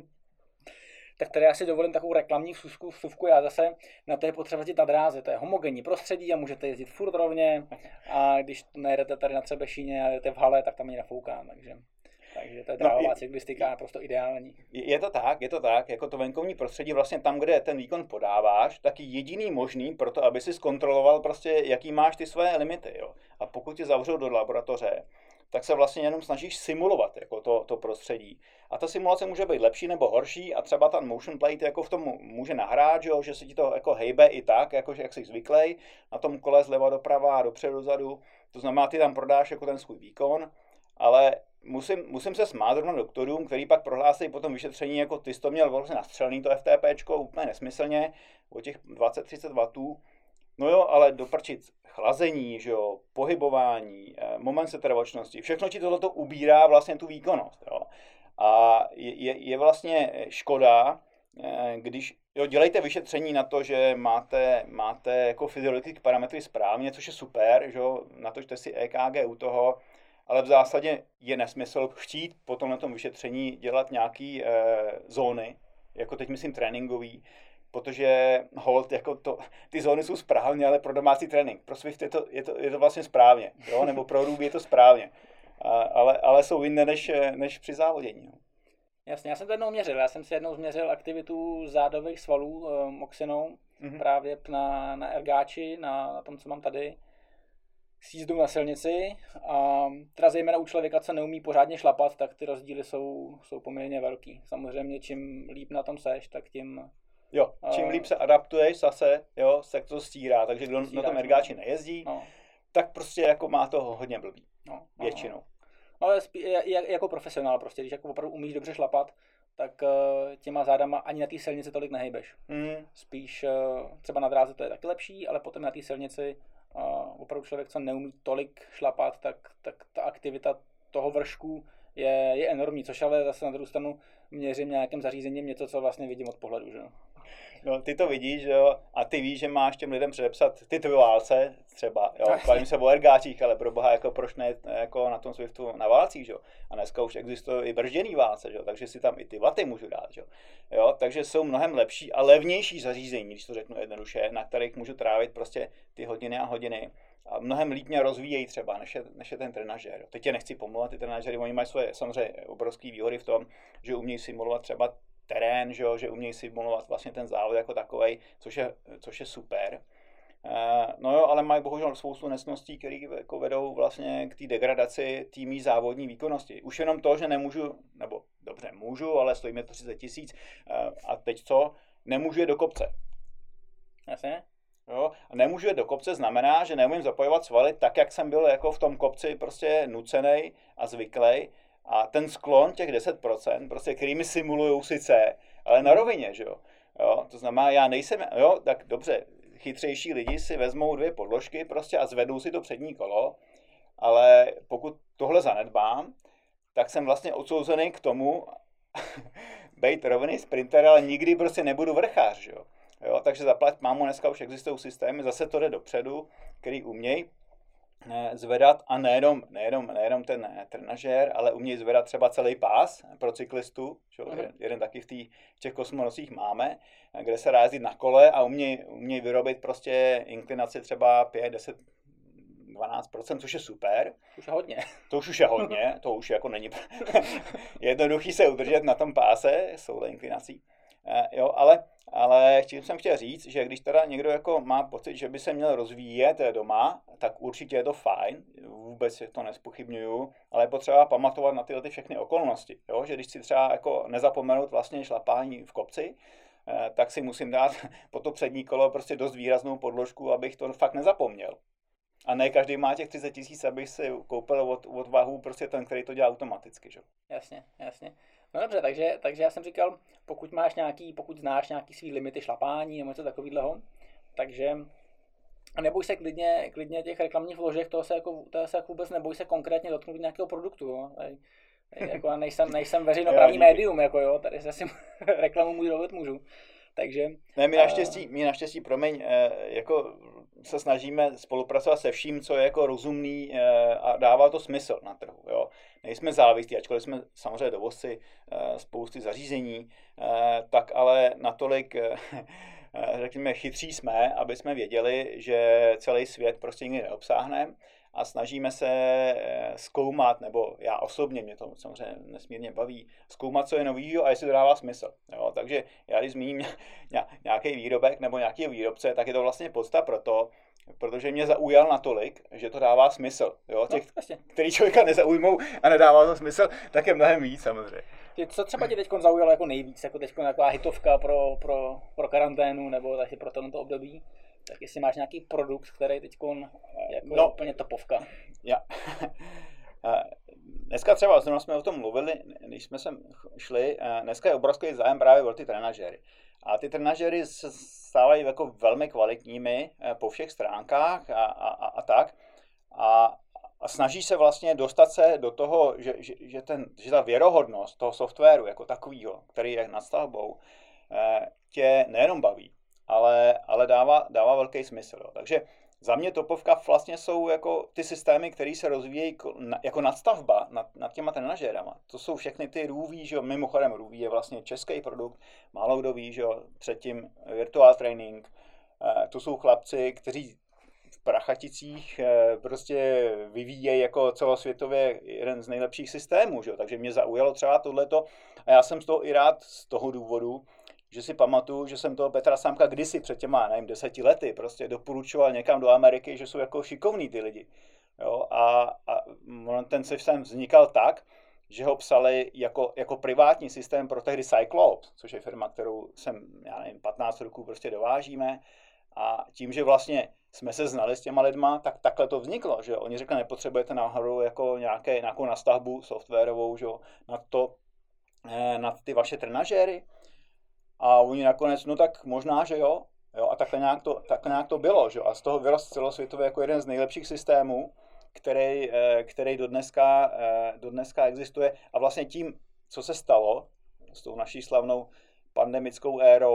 Tak tady já si dovolím takovou reklamní vsuvku, já zase na to je potřeba jezdit na dráze, to je homogenní prostředí a můžete jezdit furt rovně a když nejedete tady na Třebešíně a jdete v hale, tak tam ani nefouká, takže to je dráhová cyklistika naprosto ideální. Je to tak, jako to venkovní prostředí vlastně tam, kde ten výkon podáváš, tak je jediný možný pro to, aby si zkontroloval prostě, jaký máš ty své limity, jo. A pokud tě zavřou do laboratoře, tak se vlastně jenom snažíš simulovat jako to prostředí. A ta simulace může být lepší nebo horší a třeba ten motion plate jako v tom může nahrát, že si ti to jako hejbe i tak, jako jak jsi zvyklej, na tom kole zleva doprava a dopředu dozadu. To znamená, ty tam prodáš jako ten svůj výkon, ale musím se smát zrovna doktorům, který pak prohlásí po tom vyšetření, jako ty jsi to měl vlastně nastřelený, to FTPčko, úplně nesmyslně, o těch 20-30 W. No jo, ale doprčit chlazení, že jo, pohybování, moment setrvačnosti, všechno ti tohleto ubírá vlastně tu výkonnost. Jo. A je vlastně škoda, když dělejte vyšetření na to, že máte jako fyziologické parametry správně, což je super, že jo, natočte si EKG u toho, ale v zásadě je nesmysl chtít po tomhletom vyšetření dělat nějaký zóny, jako teď myslím tréninkový, protože hold, jako ty zóny jsou správně, ale pro domácí trénink. Pro Swift je to vlastně správně, jo? Nebo pro Ruby je to správně, ale jsou jiné než při závodění. No. Jasně, já jsem to jednou měřil. Já jsem si jednou změřil aktivitu zádových svalů oxinou právě na ergáči, na tom, co mám tady, s jízdou na silnici. A teda zejména u člověka, co neumí pořádně šlapat, tak ty rozdíly jsou poměrně velký. Samozřejmě, čím líp na tom seš, tak tím... Jo, čím líp se adaptuješ zase, jo, se to stírá, takže kdo na tom ergáči nejezdí, tak prostě jako má to hodně blbý, většinou. No, jako profesionál prostě, když jako opravdu umíš dobře šlapat, tak těma zádama ani na té silnici tolik nehejbeš. Spíš třeba na dráze to je taky lepší, ale potom na té silnici opravdu člověk, co neumí tolik šlapat, tak ta aktivita toho vršku je enormní, což ale zase na druhou stranu měřím nějakým zařízením něco, co vlastně vidím od pohledu, že? No, ty to vidíš, jo, a ty víš, že máš těm lidem předepsat ty válce třeba, jo, bavím se o ergáčích, ale pro boha, jako proč ne, jako na tom Swiftu na válcích, jo, a dneska už existují i bržděný válce, jo, takže si tam i ty vaty můžu dát, jo, takže jsou mnohem lepší a levnější zařízení, když to řeknu jednoduše, na kterých můžu trávit prostě ty hodiny a hodiny a mnohem líp mě rozvíjejí třeba, než je ten trenažér, jo. Teď tě nechci pomluvat, ty trenažéry, oni mají svoje samozřejmě obrovské výhody v tom, že umějí simulovat třeba terén, že umějí simulovat vlastně ten závod jako takovej, což je super. No jo, ale mají bohužel spoustu nesností, které jako vedou vlastně k té degradaci týmí závodní výkonnosti. Už jenom to, že nemůžu, nebo dobře můžu, ale stojí mi to 30 000 a teď co? Nemůžu jít do kopce. Jasně. Jo, a nemůžu jít do kopce znamená, že neumím zapojovat svaly tak, jak jsem byl jako v tom kopci prostě nucenej a zvyklej. A ten sklon těch 10%, prostě, který mi simulujou sice, ale na rovině, že jo. To znamená, já nejsem, jo, tak dobře, chytřejší lidi si vezmou 2 podložky prostě a zvedou si to přední kolo, ale pokud tohle zanedbám, tak jsem vlastně odsouzený k tomu být rovný sprinter, ale nikdy prostě nebudu vrchář, že jo. Takže zaplať mámu, dneska už existují systémy, zase to jde dopředu, který umějí zvedat a nejenom ten trenažér, ale umějí zvedat třeba celý pás pro cyklistu, jeden taky v těch kosmonosích máme, kde se dá jezdit na kole a umějí vyrobit prostě inklinaci třeba 5, 10, 12%, což je super. Už je hodně. To už je hodně, to už jako není jednoduchý se udržet na tom páse s touhle inklinací. Jo, ale jsem chtěl říct, že když teda někdo jako má pocit, že by se měl rozvíjet doma, tak určitě je to fajn, vůbec to nespochybňuju, ale je potřeba pamatovat na tyhle všechny okolnosti, jo? Že když si třeba jako nezapomenout vlastně šlapání v kopci, tak si musím dát po to přední kolo prostě dost výraznou podložku, abych to fakt nezapomněl. A ne každý má těch 30 000, abych si koupil odvahu prostě ten, který to dělá automaticky, že? Jasně. No dobře, takže já jsem říkal, pokud znáš nějaký svý limity šlapání nebo něco takového, takže neboj se klidně těch reklamních vložek, toho se jako vůbec neboj se konkrétně dotknout nějakého produktu, jo. Jako nejsem veřejnoprávní médium, jako jo, tady se asi reklamu můžu. Takže ne, my naštěstí, promiň, jako se snažíme spolupracovat se vším, co je jako rozumný a dává to smysl na trhu, jo. Nejsme závislí, ačkoliv jsme samozřejmě dovozci spousty zařízení, tak ale natolik, řekněme, chytří jsme, aby jsme věděli, že celý svět prostě nikdy neobsáhneme a snažíme se zkoumat, nebo já osobně, mě to samozřejmě nesmírně baví, zkoumat, co je novýho a jestli to dává smysl. Jo? Takže já když zmíním nějaký výrobek nebo nějaký výrobce, tak je to vlastně podsta proto, protože mě zaujal natolik, že to dává smysl. Jo? Těch, který člověka nezaujmou a nedává to smysl, tak je mnohem víc samozřejmě. Co třeba tě teď zaujalo jako nejvíc, jako teď nějaká hitovka pro karanténu nebo taky pro tohle období? Tak jestli máš nějaký produkt, který teď jako je úplně topovka. Dneska třeba zrovna jsme o tom mluvili, když jsme sem šli, dneska je obrovský zájem právě o ty trenažéry. A ty trenažéry se stávají jako velmi kvalitními po všech stránkách a tak. A snaží se vlastně dostat se do toho, že ta věrohodnost toho softwaru jako takového, který je nad stavbou, tě nejenom baví, ale dává velký smysl. Jo. Takže za mě topovka vlastně jsou jako ty systémy, které se rozvíjejí jako nadstavba nad těma trenažérama. To jsou všechny ty Rouvy, že jo, mimochodem Rouvy je vlastně český produkt, málo kdo ví, že jo, předtím Virtual Training, to jsou chlapci, kteří v Prachaticích prostě vyvíjejí jako celosvětově jeden z nejlepších systémů, že jo, takže mě zaujalo třeba tohleto a já jsem z toho i rád z toho důvodu, že si pamatuju, že jsem toho Petra Sámka kdysi před těma, 10 lety prostě doporučoval někam do Ameriky, že jsou jako šikovní ty lidi. Jo? A ten systém vznikal tak, že ho psali jako privátní systém pro tehdy Cyclops, což je firma, kterou 15 roků prostě dovážíme. A tím, že vlastně jsme se znali s těma lidma, tak takhle to vzniklo, že oni řekli, nepotřebujete náhodou jako nějakou nastavbu softwarovou, že nad ty vaše trenažéry. A oni nakonec, no tak možná, že jo, a takhle nějak to bylo, že jo, a z toho vyrost celosvětově jako jeden z nejlepších systémů, který do dneska existuje a vlastně tím, co se stalo s tou naší slavnou pandemickou érou,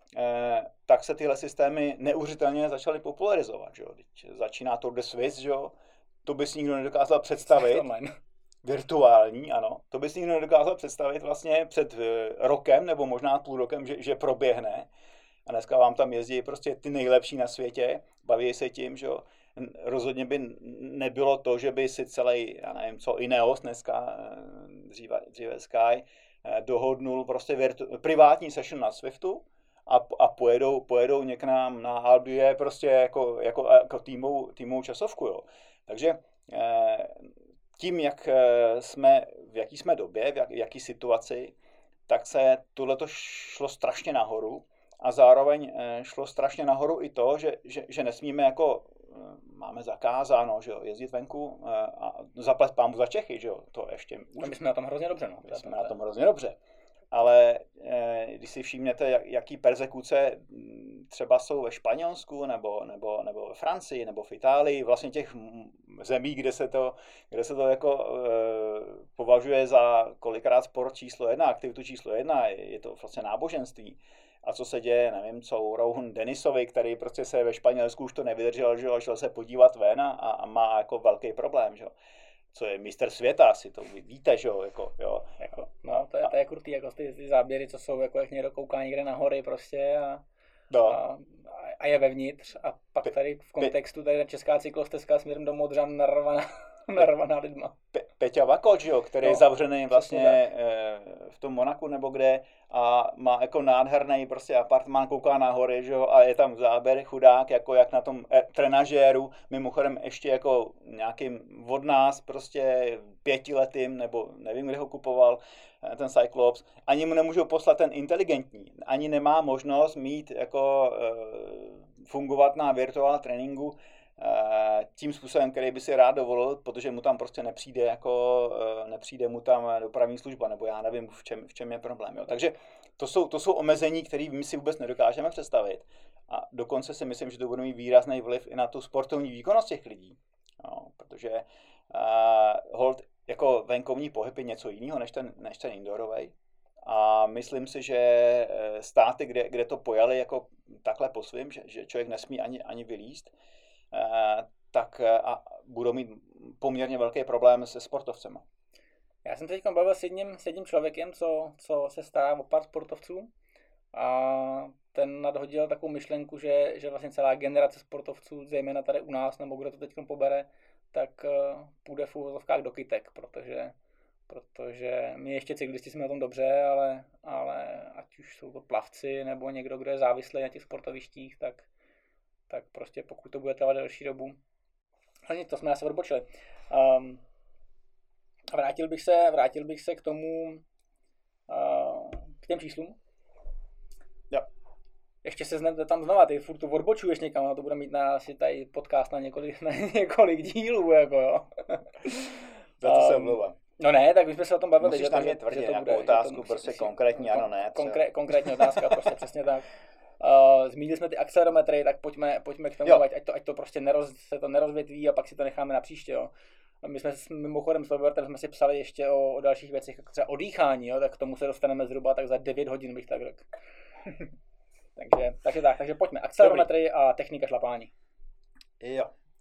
tak se tyhle systémy neuvěřitelně začaly popularizovat. Že jo? Začíná Tour de Suisse, že jo? To by si nikdo nedokázal představit. Virtuální, ano. To by si nikdo nedokázal představit vlastně před rokem nebo možná půl rokem, že proběhne. A dneska vám tam jezdí prostě ty nejlepší na světě, baví se tím, že jo. Rozhodně by nebylo to, že by si celý, já nevím co, Ineos dneska, dříve Sky, dohodnul prostě privátní session na Swiftu a pojedou někam na Albie prostě jako týmovou časovku, jo. Takže tím, jak jsme, v jaký jsme době, v jaký situaci, tak se tohleto šlo strašně nahoru a zároveň šlo strašně nahoru i to, že nesmíme jako, máme zakázáno, že jo, jezdit venku a zaplet pámu za Čechy, že jo, to ještě. My jsme na tom hrozně dobře, no. My jsme na tom hrozně dobře. Ale když si všimnete, jaký perzekuce třeba jsou ve Španělsku nebo ve Francii nebo v Itálii, vlastně těch zemí, kde se to jako považuje za kolikrát sport číslo 1, aktivitu číslo 1, je to vlastně náboženství. A co se děje, nevím, co Rowan Dennisovi, který prostě se ve Španělsku už to nevydržel, že jo, šel se podívat ven a má jako velký problém, že jo. Co je mistr světa, si to víte, že jo, jo. No, to je krutý, jako ty záběry, co jsou, jako jak někdo kouká někde na hory prostě a je vevnitř a pak tady v kontextu tady česká cyklostezka směrem do Modřan narvaná lidma. Peťa Vakoč, jo, který je zavřený vlastně v tom Monaku nebo kde a má jako nádherný prostě apartmán, kouká na hory, že jo, a je tam záběr chudák, jako jak na tom trenažéru, mimochodem ještě jako nějakým od nás prostě 5letým, nebo nevím, kde ho kupoval, ten Cyclops, ani mu nemůžou poslat ten inteligentní, ani nemá možnost mít jako fungovat na virtuál tréninku tím způsobem, který by si rád dovolil, protože mu tam prostě nepřijde mu tam dopravní služba, nebo já nevím, v čem je problém. Jo. Takže to jsou omezení, které my si vůbec nedokážeme představit. A dokonce si myslím, že to bude mít výrazný vliv i na tu sportovní výkonnost těch lidí. No, protože hold jako venkovní pohyb je něco jiného než ten indoorovej. A myslím si, že státy, kde to pojali jako takhle po svým, že člověk nesmí ani vylízt, tak a budou mít poměrně velký problém se sportovcema. Já jsem teď bavil s jedním člověkem, co se stará o pár sportovců a ten nadhodil takovou myšlenku, že vlastně celá generace sportovců, zejména tady u nás, nebo kdo to teď pobere, tak půjde v úvozovkách do kytek, protože my ještě cyklisti jsme na tom dobře, ale ať už jsou to plavci nebo někdo, kdo je závislý na těch sportovištích, tak prostě pokud to bude trvat delší dobu. Ale to jsme se odbočili. Vrátil bych se k tomu, k těm číslům. Jo. Ještě se tam znova, ty furt to odbočuješ někam, no to bude mít asi tady podcast na několik dílů, jako jo. Za to se omlouvám. No ne, tak my jsme se o tom bavili. Musíš tam mě tvrdě nějakou otázku, prostě konkrétní, ano, ne. Konkrétní otázka, prostě přesně tak. Zmínili jsme ty akcelerometry, tak pojďme k tomu, ať to prostě se to nerozvětví a pak si to necháme na příště, jo. My jsme mimochodem s Robertem jsme si psali ještě o dalších věcech, jako třeba o dýchání, jo, tak k tomu se dostaneme zhruba tak za 9 hodin, bych tak řekl. takže pojďme. Akcelerometry a technika šlapání. Jo.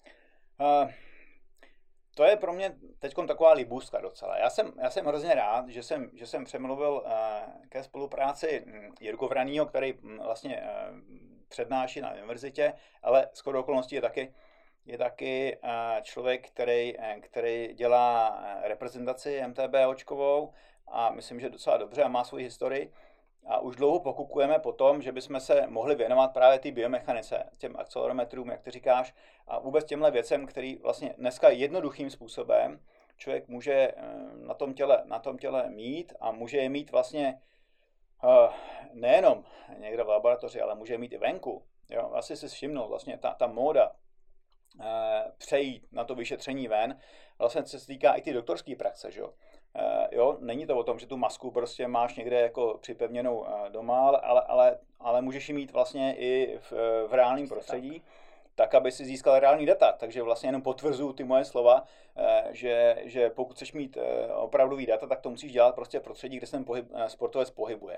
To je pro mě teď taková libůstka docela. Já jsem hrozně rád, že jsem přemluvil ke spolupráci Jirku Vranýho, který vlastně přednáší na univerzitě, ale shodou okolností je taky člověk, který dělá reprezentaci MTBOčkovou a myslím, že docela dobře a má svoji historii. A už dlouho pokukujeme po tom, že bychom se mohli věnovat právě té biomechanice, těm akcelerometrům, jak ty říkáš, a vůbec těmhle věcem, který vlastně dneska jednoduchým způsobem člověk může na tom těle mít a může je mít vlastně nejenom někde v laboratoři, ale může je mít i venku. Jo? Asi si všimnul vlastně ta móda přejít na to vyšetření ven, vlastně se týká i ty doktorské praxe, že jo. Jo, není to o tom, že tu masku prostě máš někde jako připevněnou doma, ale můžeš ji mít vlastně i v reálném prostředí, tak, aby si získal reální data. Takže vlastně jenom potvrzuju ty moje slova, že pokud chceš mít opravdový data, tak to musíš dělat prostě v prostředí, kde se ten sportovec pohybuje.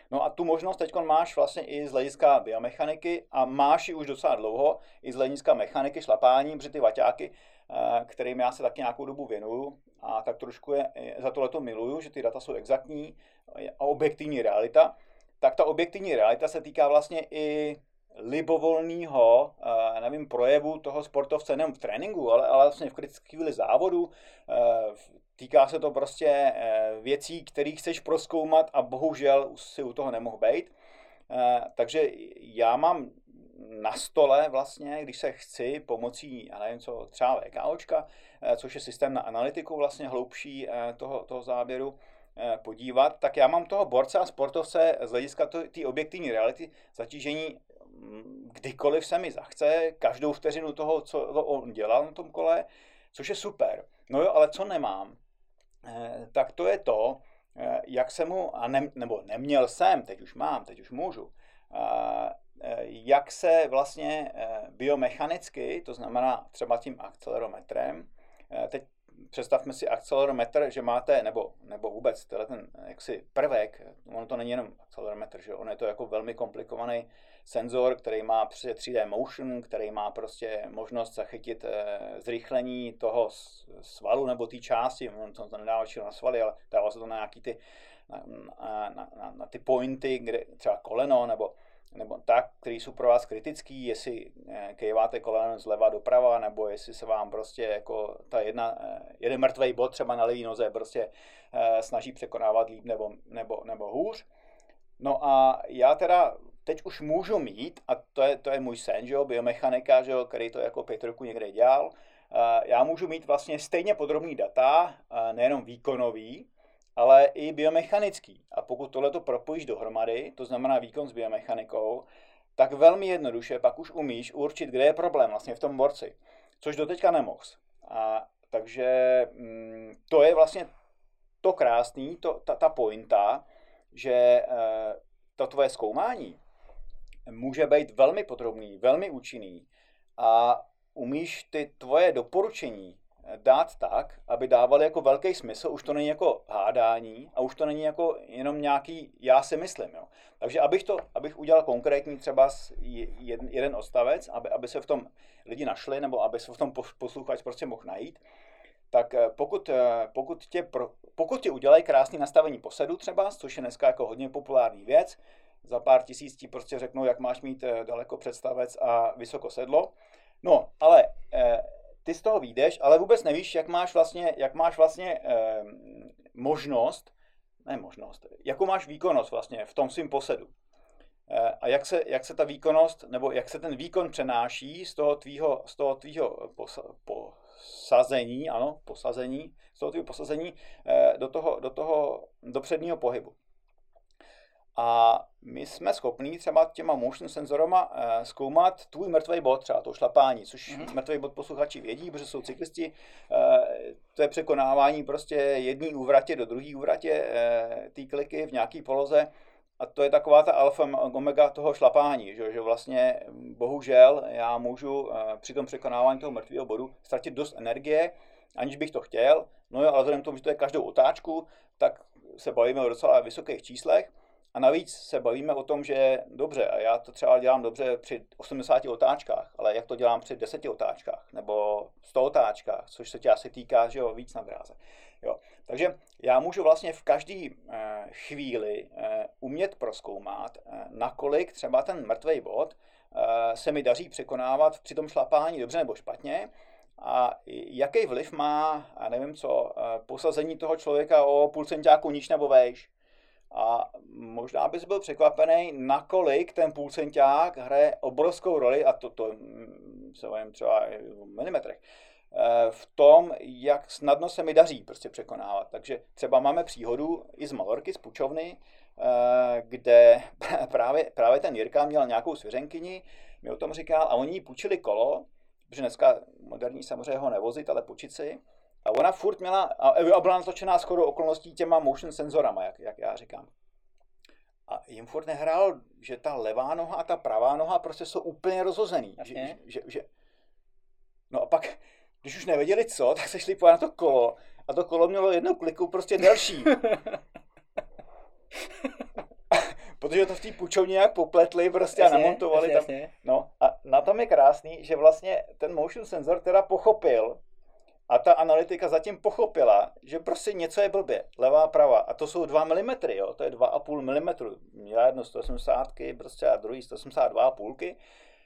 No a tu možnost teď máš vlastně i z hlediska biomechaniky a máš ji už docela dlouho i z hlediska mechaniky šlapání, protože ty vaťáky, kterým já se taky nějakou dobu věnuju a tak trošku za tohleto miluju, že ty data jsou exaktní a objektivní realita, tak ta objektivní realita se týká vlastně i libovolného, nevím, projevu toho sportovce nejen v tréninku, ale vlastně v kritické chvíli závodu. Týká se to prostě věcí, které chceš prozkoumat a bohužel si u toho nemohl být. Takže já mám na stole vlastně, když se chci pomocí, já nevím co, třeba VKOčka, což je systém na analytiku vlastně hloubší toho záběru, podívat, tak já mám toho borce a sportovce z hlediska té objektivní reality zatížení kdykoliv se mi zachce, každou vteřinu toho, co on dělal na tom kole, což je super. No jo, ale co nemám, tak to je to, jak jsem mu, nebo neměl jsem, teď už mám, teď už můžu, jak se vlastně biomechanicky, to znamená třeba tím akcelerometrem, teď představme si akcelerometr, že máte, nebo vůbec ten jaksi prvek, ono to není jenom akcelerometr, že on je to jako velmi komplikovaný senzor, který má prostě 3D motion, který má prostě možnost zachytit zrychlení toho svalu nebo té části, on to nedává na svaly, ale dává se to na nějaký ty, na ty pointy, kde třeba koleno nebo tak, který jsou pro vás kritický, jestli kejváte koleno zleva doprava, nebo jestli se vám prostě jako ta jeden mrtvej bod třeba na levý noze prostě snaží překonávat líp nebo hůř. No a já teda teď už můžu mít, a to je můj sen, že jo, biomechanika, že jo, který to jako 5 roků někde dělal, já můžu mít vlastně stejně podrobný data, nejenom výkonový, ale i biomechanický. A pokud tohleto propojíš dohromady, to znamená výkon s biomechanikou, tak velmi jednoduše pak už umíš určit, kde je problém vlastně v tom borci, což doteďka nemohl. Takže to je vlastně to krásný, ta pointa, že to tvoje zkoumání může být velmi podrobný, velmi účinný a umíš ty tvoje doporučení dát tak, aby dávali jako velký smysl, už to není jako hádání a už to není jako jenom nějaký já si myslím. Jo. Takže abych udělal konkrétní třeba jeden odstavec, aby se v tom lidi našli, nebo aby se v tom posluchač prostě mohl najít, tak pokud ti udělají krásný nastavení posedu třeba, což je dneska jako hodně populární věc, za pár tisíc ti prostě řeknou, jak máš mít daleko představec a vysoko sedlo. No, ale ty z toho vyjdeš, ale vůbec nevíš, jak máš vlastně jakou máš výkonnost vlastně v tom svým posedu. A jak se ta výkonnost, nebo jak se ten výkon přenáší z toho tvýho posazení do předního pohybu. A my jsme schopní třeba těma motion senzorama zkoumat tvůj mrtvej bod, třeba to šlapání, což mrtvej bod posluchači vědí, protože jsou cyklisti. To je překonávání prostě jedné úvratě do druhé úvratě, té kliky v nějaké poloze. A to je taková ta alfa omega toho šlapání, že vlastně bohužel já můžu při tom překonávání toho mrtvého bodu ztratit dost energie, aniž bych to chtěl. No jo, ale vzhledem k tomu, že to je každou otáčku, tak se bavíme o docela vysokých číslech. A navíc se bavíme o tom, že dobře, a já to třeba dělám dobře při 80 otáčkách, ale jak to dělám při 10 otáčkách nebo 100 otáčkách, což se tě asi týká, že jo, víc na dráze. Jo. Takže já můžu vlastně v každé chvíli umět prozkoumat, nakolik třeba ten mrtvej bod se mi daří překonávat při tom šlapání dobře nebo špatně a jaký vliv má, já nevím co, posazení toho člověka o půl centiáku níž nebo vejš. A možná bys byl překvapený, nakolik ten půlcentiák hraje obrovskou roli, a to se bavím třeba v milimetrech, v tom, jak snadno se mi daří prostě překonávat. Takže třeba máme příhodu i z Malorky, z Pučovny, kde právě ten Jirka měl nějakou svěřenkyni, mi o tom říkal, a oni jí půjčili kolo, protože dneska moderní samozřejmě ho nevozit, ale půjčit si. A ona furt měla, a byla natočená shodou okolností těma motion senzorama, jak já říkám. A jim furt nehrál, že ta levá noha a ta pravá noha prostě jsou úplně rozhozený. No a pak, když už nevěděli co, tak se šli pojít na to kolo. A to kolo mělo jednou kliku prostě delší. protože to v té půjčovně nějak popletli prostě a namontovali tam. No a na tom je krásný, že vlastně ten motion sensor teda pochopil a ta analytika zatím pochopila, že prostě něco je blbě, levá, pravá. A to jsou 2 mm, jo, to je 2,5 mm. Měla jedno 180 prostě a druhý 182,5.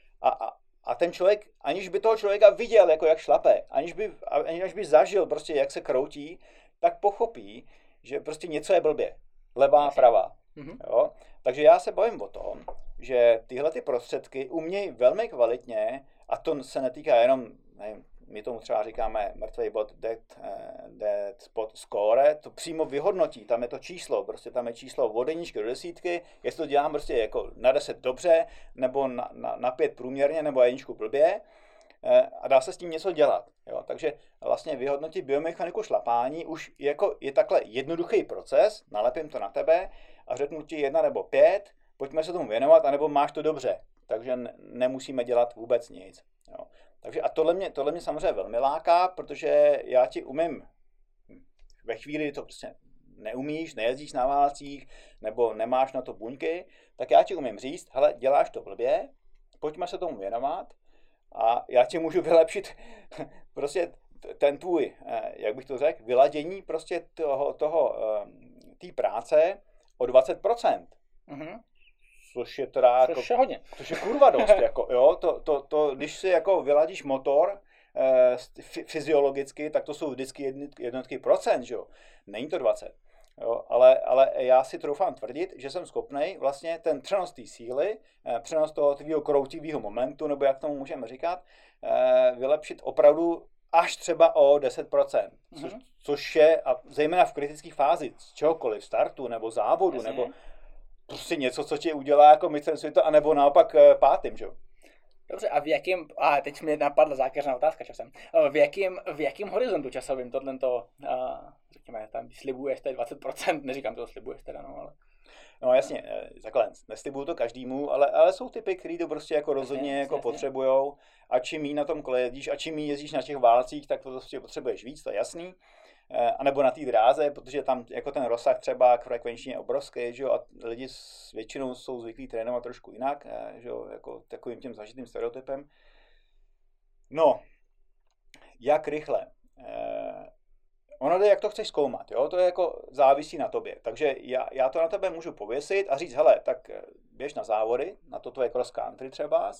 A ten člověk, aniž by toho člověka viděl, jako jak šlape, aniž by zažil prostě, jak se kroutí, tak pochopí, že prostě něco je blbě. Levá, pravá. Jo? Takže já se bojím o tom, že tyhle ty prostředky umějí velmi kvalitně, a to se netýká jenom, nevím, my tomu třeba říkáme mrtvý bod dead spot score, to přímo vyhodnotí, tam je to číslo, prostě tam je číslo od 1 do 10, jestli to dělám prostě jako na 10 dobře, nebo na 5 průměrně, nebo 1 blbě, a dá se s tím něco dělat. Jo? Takže vlastně vyhodnotit biomechaniku šlapání už je takhle jednoduchý proces, nalepím to na tebe a řeknu ti 1 nebo 5, pojďme se tomu věnovat, anebo máš to dobře, takže nemusíme dělat vůbec nic. Jo? Takže a tohle mě samozřejmě velmi láká, protože já ti umím ve chvíli, kdy to prostě neumíš, nejezdíš na válcích, nebo nemáš na to buňky, tak já ti umím říct, hele, děláš to blbě, pojďme se tomu věnovat a já ti můžu vylepšit prostě ten tvůj, jak bych to řekl, vyladění prostě té práce o 20%. Mm-hmm. Což je teda jako, hodně. Což je kurva dost, jako, jo, to, když si jako vyladíš motor fyziologicky, tak to jsou vždycky jednotky procent, že jo, není to 20, jo, ale já si troufám tvrdit, že jsem schopnej vlastně ten přenos té síly, přenos toho tvýho kroutivého momentu, nebo jak tomu můžeme říkat, vylepšit opravdu až třeba o 10%, což je, a zejména v kritické fázi, z čehokoliv, startu, nebo závodu, nebo prostě něco, co ti udělá jako mistrem světa, anebo naopak pátým, že jo? Dobře, a teď mě napadla zákeřná otázka časem. V jakém horizontu časovým tohle, řekněme, tam slibuješ tady 20%, neříkám, že to slibuješ teda, no, ale... No jasně, takhle, neslibuju to každému, ale jsou typy, který to prostě jako rozhodně jako potřebujou, a čím jí na tom kole jezdíš a čím jí jezdíš na těch válcích, tak to prostě potřebuješ víc, to je jasný. A nebo na té dráze, protože tam jako ten rozsah třeba frekvenčně je obrovský, že jo, a lidi většinou jsou zvyklí trénovat trošku jinak, že jo, jako takovým tím zažitým stereotypem. No, jak rychle? Ono jde, jak to chceš zkoumat, jo, to je jako závisí na tobě. Takže já to na tebe můžu pověsit a říct, hele, tak běž na závody, na to tvoje cross country třeba,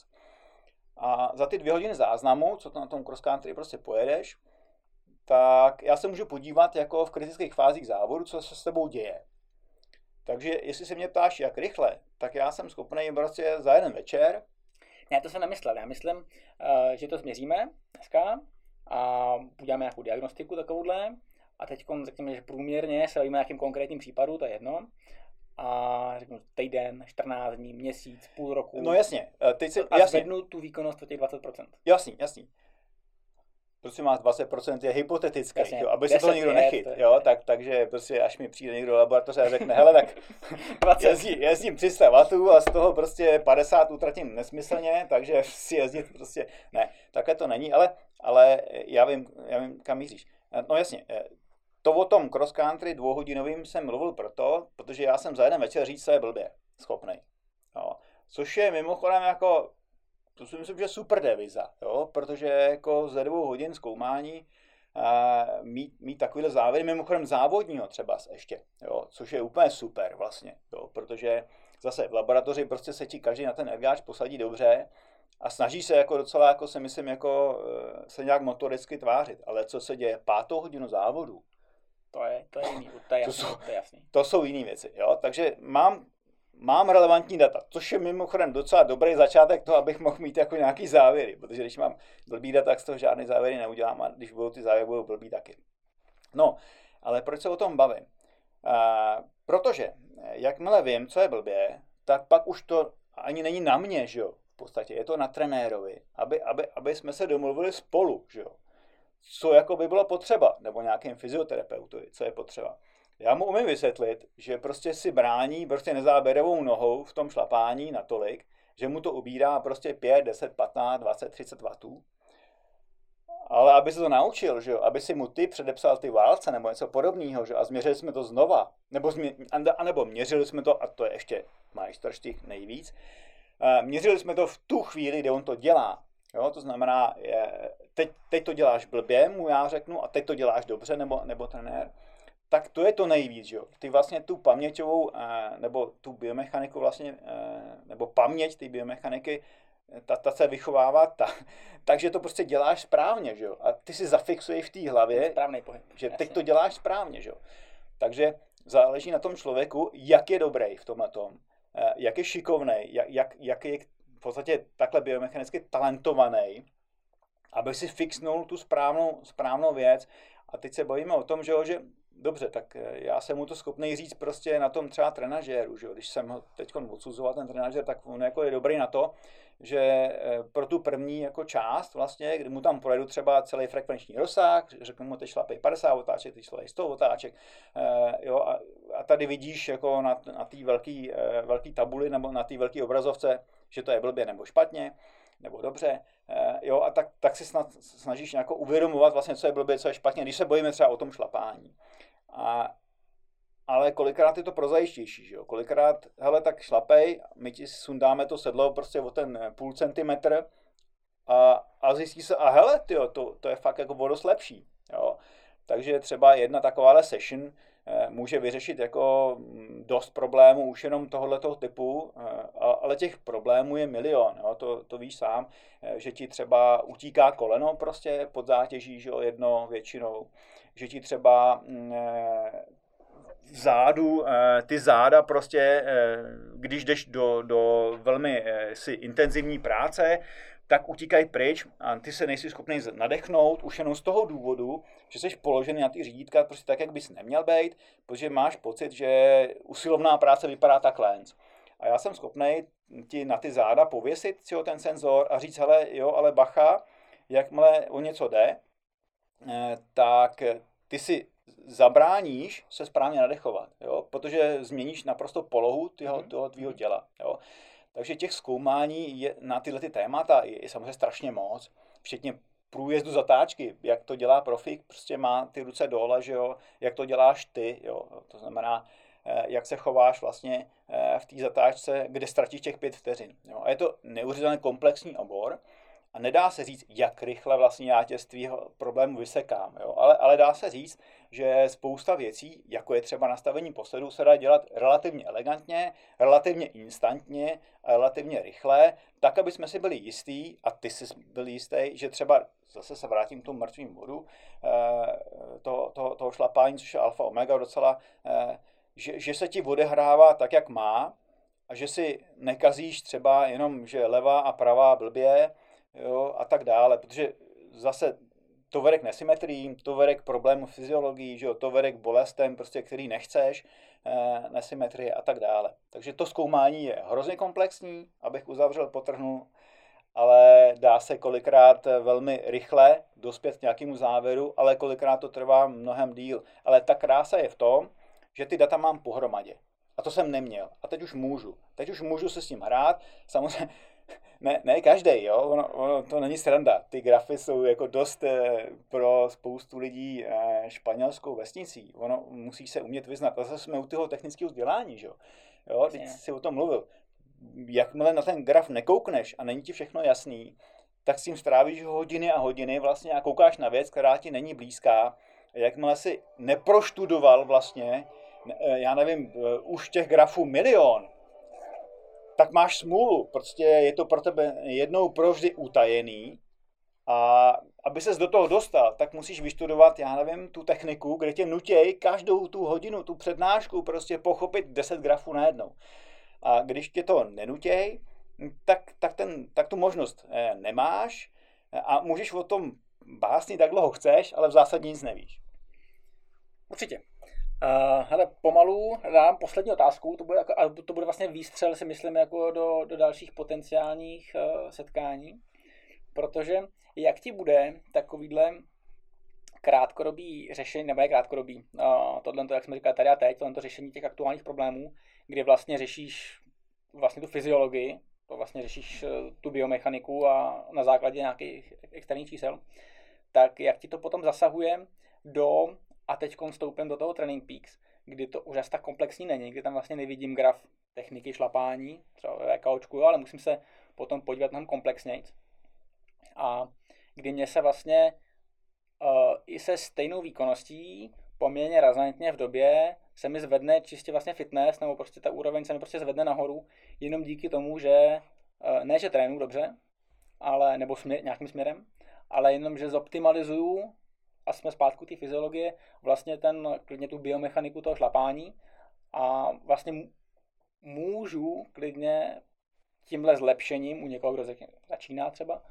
a za ty 2 hodiny záznamu, co to na tom cross country prostě pojedeš, tak já se můžu podívat jako v kritických fázích závodu, co se s tebou děje. Takže jestli se mě ptáš, jak rychle, tak já jsem schopný prostě za jeden večer. Ne, to jsem nemyslel. Já myslím, že to změříme dneska a uděláme nějakou diagnostiku takovouhle a teď řekněme, že průměrně se bavíme nějakým konkrétním případu, to je jedno. A řeknu týden, 14 dní, měsíc, půl roku. No jasně. Zvednu tu výkonnost o těch 20%. Jasný. Prosím vás, 20% je hypotetické, jo, aby se toho nikdo nechyt, jo, takže prostě až mi přijde někdo do laboratoře a řekne, hele, tak jezdím 300 W a z toho prostě 50 utratím nesmyslně, takže si jezdit prostě, ne, takhle to není, ale já vím, kam míříš. No jasně, to o tom cross country 2hodinovým jsem mluvil protože já jsem za jeden večer říct, co je blbě schopnej, jo, což je mimochodem jako, to si myslím, že je super deviza, jo? Protože jako ze 2 hodin zkoumání mít takovýhle závěry, mimochodem závodního třeba ještě, jo? Což je úplně super vlastně, jo? Protože zase v laboratoři prostě se ti každý na ten ergáč posadí dobře a snaží se jako docela, jako si myslím, jako se nějak motoricky tvářit, ale co se děje 5. hodinu závodu, to je jiný, to je jasný. To jsou jiný věci, jo? Takže mám relevantní data, což je mimochodem docela dobrý začátek toho, abych mohl mít jako nějaký závěry, protože když mám blbý data, tak z toho žádný závěry neudělám a když budou ty závěry, budou blbý taky. No, ale proč se o tom bavím? Protože jakmile vím, co je blbě, tak pak už to ani není na mě, že jo? V podstatě je to na trenérovi, aby jsme se domluvili spolu, že jo? Co jako by bylo potřeba, nebo nějakým fyzioterapeutovi, co je potřeba. Já mu umím vysvětlit, že prostě si brání prostě nezáběrovou nohou v tom šlapání natolik, že mu to ubírá prostě 5, 10, 15, 20, 30 W. Ale aby se to naučil, že jo, aby si mu ty předepsal ty válce nebo něco podobného, že a změřili jsme to znova, nebo měřili jsme to, a to je ještě majstrštych nejvíc. Měřili jsme to v tu chvíli, kdy on to dělá. Jo, to znamená, teď to děláš blbě, mu já řeknu, a teď to děláš dobře, nebo trenér. Tak to je to nejvíc, jo. Ty vlastně tu paměťovou, nebo tu biomechaniku vlastně, nebo paměť ty biomechaniky, ta se vychovává takže to prostě děláš správně, že jo. A ty si zafixuješ v té hlavě, správný pohyb, že jasně. Teď to děláš správně, že jo. Takže záleží na tom člověku, jak je dobrý v tomhletom, jak je šikovnej, jak je v podstatě takhle biomechanicky talentovaný, aby si fixnul tu správnou věc. A teď se bavíme o tom, že dobře, tak já jsem mu to schopný říct prostě na tom třeba trenažéru, že jo? Když jsem ho teď odsuzoval ten trenažér, tak on jako je dobrý na to, že pro tu první jako část vlastně, kdy mu tam projedu třeba celý frekvenční rozsah, řeknu mu, teď šlapej 50 otáček, teď šlapej 100 otáček, jo, a tady vidíš jako na té velký tabuli nebo na té velké obrazovce, že to je blbě nebo špatně, nebo dobře, jo, a tak si snažíš nějak uvědomovat vlastně, co je blbě, co je špatně, když se bojíme třeba o tom šlapání. Ale kolikrát je to prozaištější, že jo? Kolikrát, hele, tak šlapej, my ti sundáme to sedlo prostě o ten půl centimetr a zjistí se, a hele, tyjo, to je fakt jako dost lepší, jo? Takže třeba jedna takováhle session může vyřešit jako dost problémů už jenom tohoto typu, ale těch problémů je milion, jo? To víš sám, že ti třeba utíká koleno prostě pod zátěží, že jo, jedno většinou, že ti třeba vzadu, ty záda prostě, když jdeš do velmi intenzivní práce, tak utíkají pryč a ty se nejsi schopný nadechnout už jenom z toho důvodu, že jsi položený na ty řídítka prostě tak, jak bys neměl být, protože máš pocit, že usilovná práce vypadá takhle. A já jsem schopný ti na ty záda pověsit ten senzor a říct, hele, jo, ale bacha, jakmile o něco jde, tak ty si zabráníš se správně nadechovat, jo? Protože změníš naprosto polohu toho tvýho těla. Jo? Takže těch zkoumání na tyhle ty témata je samozřejmě strašně moc, včetně průjezdu zatáčky, jak to dělá profík, prostě má ty ruce dole, že jo? Jak to děláš ty, jo? To znamená, jak se chováš vlastně v té zatáčce, kde ztratíš těch 5 vteřin. Jo? A je to neuvěřitelně komplexní obor, a nedá se říct, jak rychle vlastně já tě z tvýho problému vysekám. Jo? Ale dá se říct, že spousta věcí, jako je třeba nastavení posledu, se dá dělat relativně elegantně, relativně instantně a relativně rychle, tak, aby jsme si byli jistí, a ty jsi byl jistý, že třeba, zase se vrátím k tomu mrtvým bodu, toho šlapání, což je alfa omega docela, že se ti odehrává tak, jak má, a že si nekazíš třeba jenom, že levá a pravá blbě, jo, a tak dále, protože zase to vede k nesymetriím, to vede k problému fyziologii, že jo, to vede k bolestem, prostě, který nechceš, nesymetrie a tak dále. Takže to zkoumání je hrozně komplexní, abych uzavřel, podtrhnul, ale dá se kolikrát velmi rychle dospět k nějakému závěru, ale kolikrát to trvá mnohem díl. Ale ta krása je v tom, že ty data mám pohromadě. A to jsem neměl. A teď už můžu. Teď už můžu se s tím hrát. Samozřejmě ne každý, jo, ono to není sranda. Ty grafy jsou jako dost pro spoustu lidí španělskou vesnicí. Ono musí se umět vyznat. A zase jsme u toho technického vzdělání, že jo. Teď si o tom mluvil. Jakmile na ten graf nekoukneš a není ti všechno jasný, tak s tím strávíš hodiny a hodiny vlastně a koukáš na věc, která ti není blízká. A jakmile si neproštudoval vlastně, já nevím, už těch grafů milion, tak máš smůlu, prostě je to pro tebe jednou provždy utajený a aby ses do toho dostal, tak musíš vyštudovat, já nevím, tu techniku, kde tě nutěj každou tu hodinu, tu přednášku prostě pochopit 10 grafů najednou. A když tě to nenutěj, tak tu možnost nemáš a můžeš o tom básnit, tak dlouho chceš, ale v zásadě nic nevíš. Určitě. Hele, pomalu dám poslední otázku, to bude vlastně výstřel, si myslím, jako do dalších potenciálních setkání, protože jak ti bude takovýhle krátkodobý řešení, nebo je krátkodobý, tohle, jak jsme říkali tady a teď, tohle řešení těch aktuálních problémů, kdy vlastně řešíš vlastně tu fyziologii, to vlastně řešíš tu biomechaniku a na základě nějakých externích čísel, tak jak ti to potom zasahuje a teď vstoupím do toho Training Peaks, kdy to už asi tak komplexní není, kdy tam vlastně nevidím graf techniky šlapání, třeba ve VKOčku, ale musím se potom podívat mnohem komplexněji. A kdy mě se vlastně i se stejnou výkonností poměrně razantně v době se mi zvedne čistě vlastně fitness, nebo prostě ta úroveň se mi prostě zvedne nahoru, jenom díky tomu, že ne, že trénuju dobře, ale, nebo nějakým směrem, ale jenom, že zoptimalizuju, a jsme zpátku té fyziologie, vlastně klidně tu biomechaniku toho šlapání a vlastně můžu klidně tímhle zlepšením u někoho, kdo začíná třeba,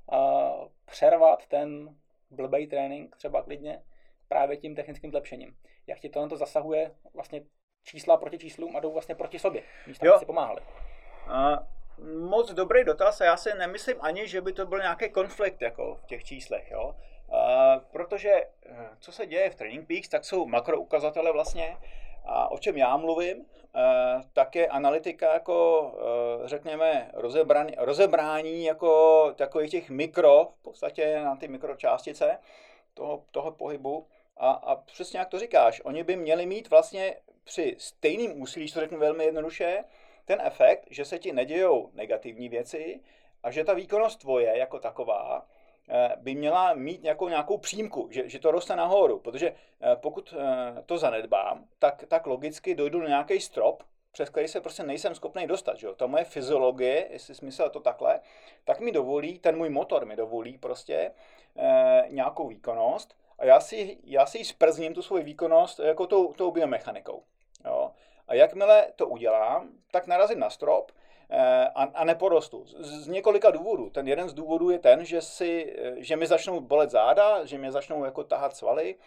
přervat ten blbej trénink třeba klidně právě tím technickým zlepšením. Jak ti to zasahuje vlastně čísla proti číslům a jdou vlastně proti sobě, místo aby si pomáhali. Moc dobrý dotaz a já si nemyslím ani, že by to byl nějaký konflikt jako v těch číslech, jo. Protože co se děje v Training Peaks, tak jsou makroukazatele vlastně a o čem já mluvím, tak je analytika jako řekněme rozebrání jako takových těch mikro, v podstatě na ty mikročástice toho pohybu a přesně jak to říkáš, oni by měli mít vlastně při stejném úsilí, to řeknu velmi jednoduše, ten efekt, že se ti nedějou negativní věci a že ta výkonnost tvoje jako taková by měla mít nějakou přímku, že to roste nahoru, protože pokud to zanedbám, tak logicky dojdu na nějaký strop, přes který se prostě nejsem schopný dostat. Že jo? Ta moje fyziologie, jestli smysl to takhle, tak mi dovolí, ten můj motor mi dovolí prostě nějakou výkonnost a já si ji zprzním tu svoji výkonnost jako tou biomechanikou. Jo? A jakmile to udělám, tak narazím na strop a neporostu. Z několika důvodů. Ten jeden z důvodů je ten, že mi začnou bolet záda, že mě začnou jako tahat svaly,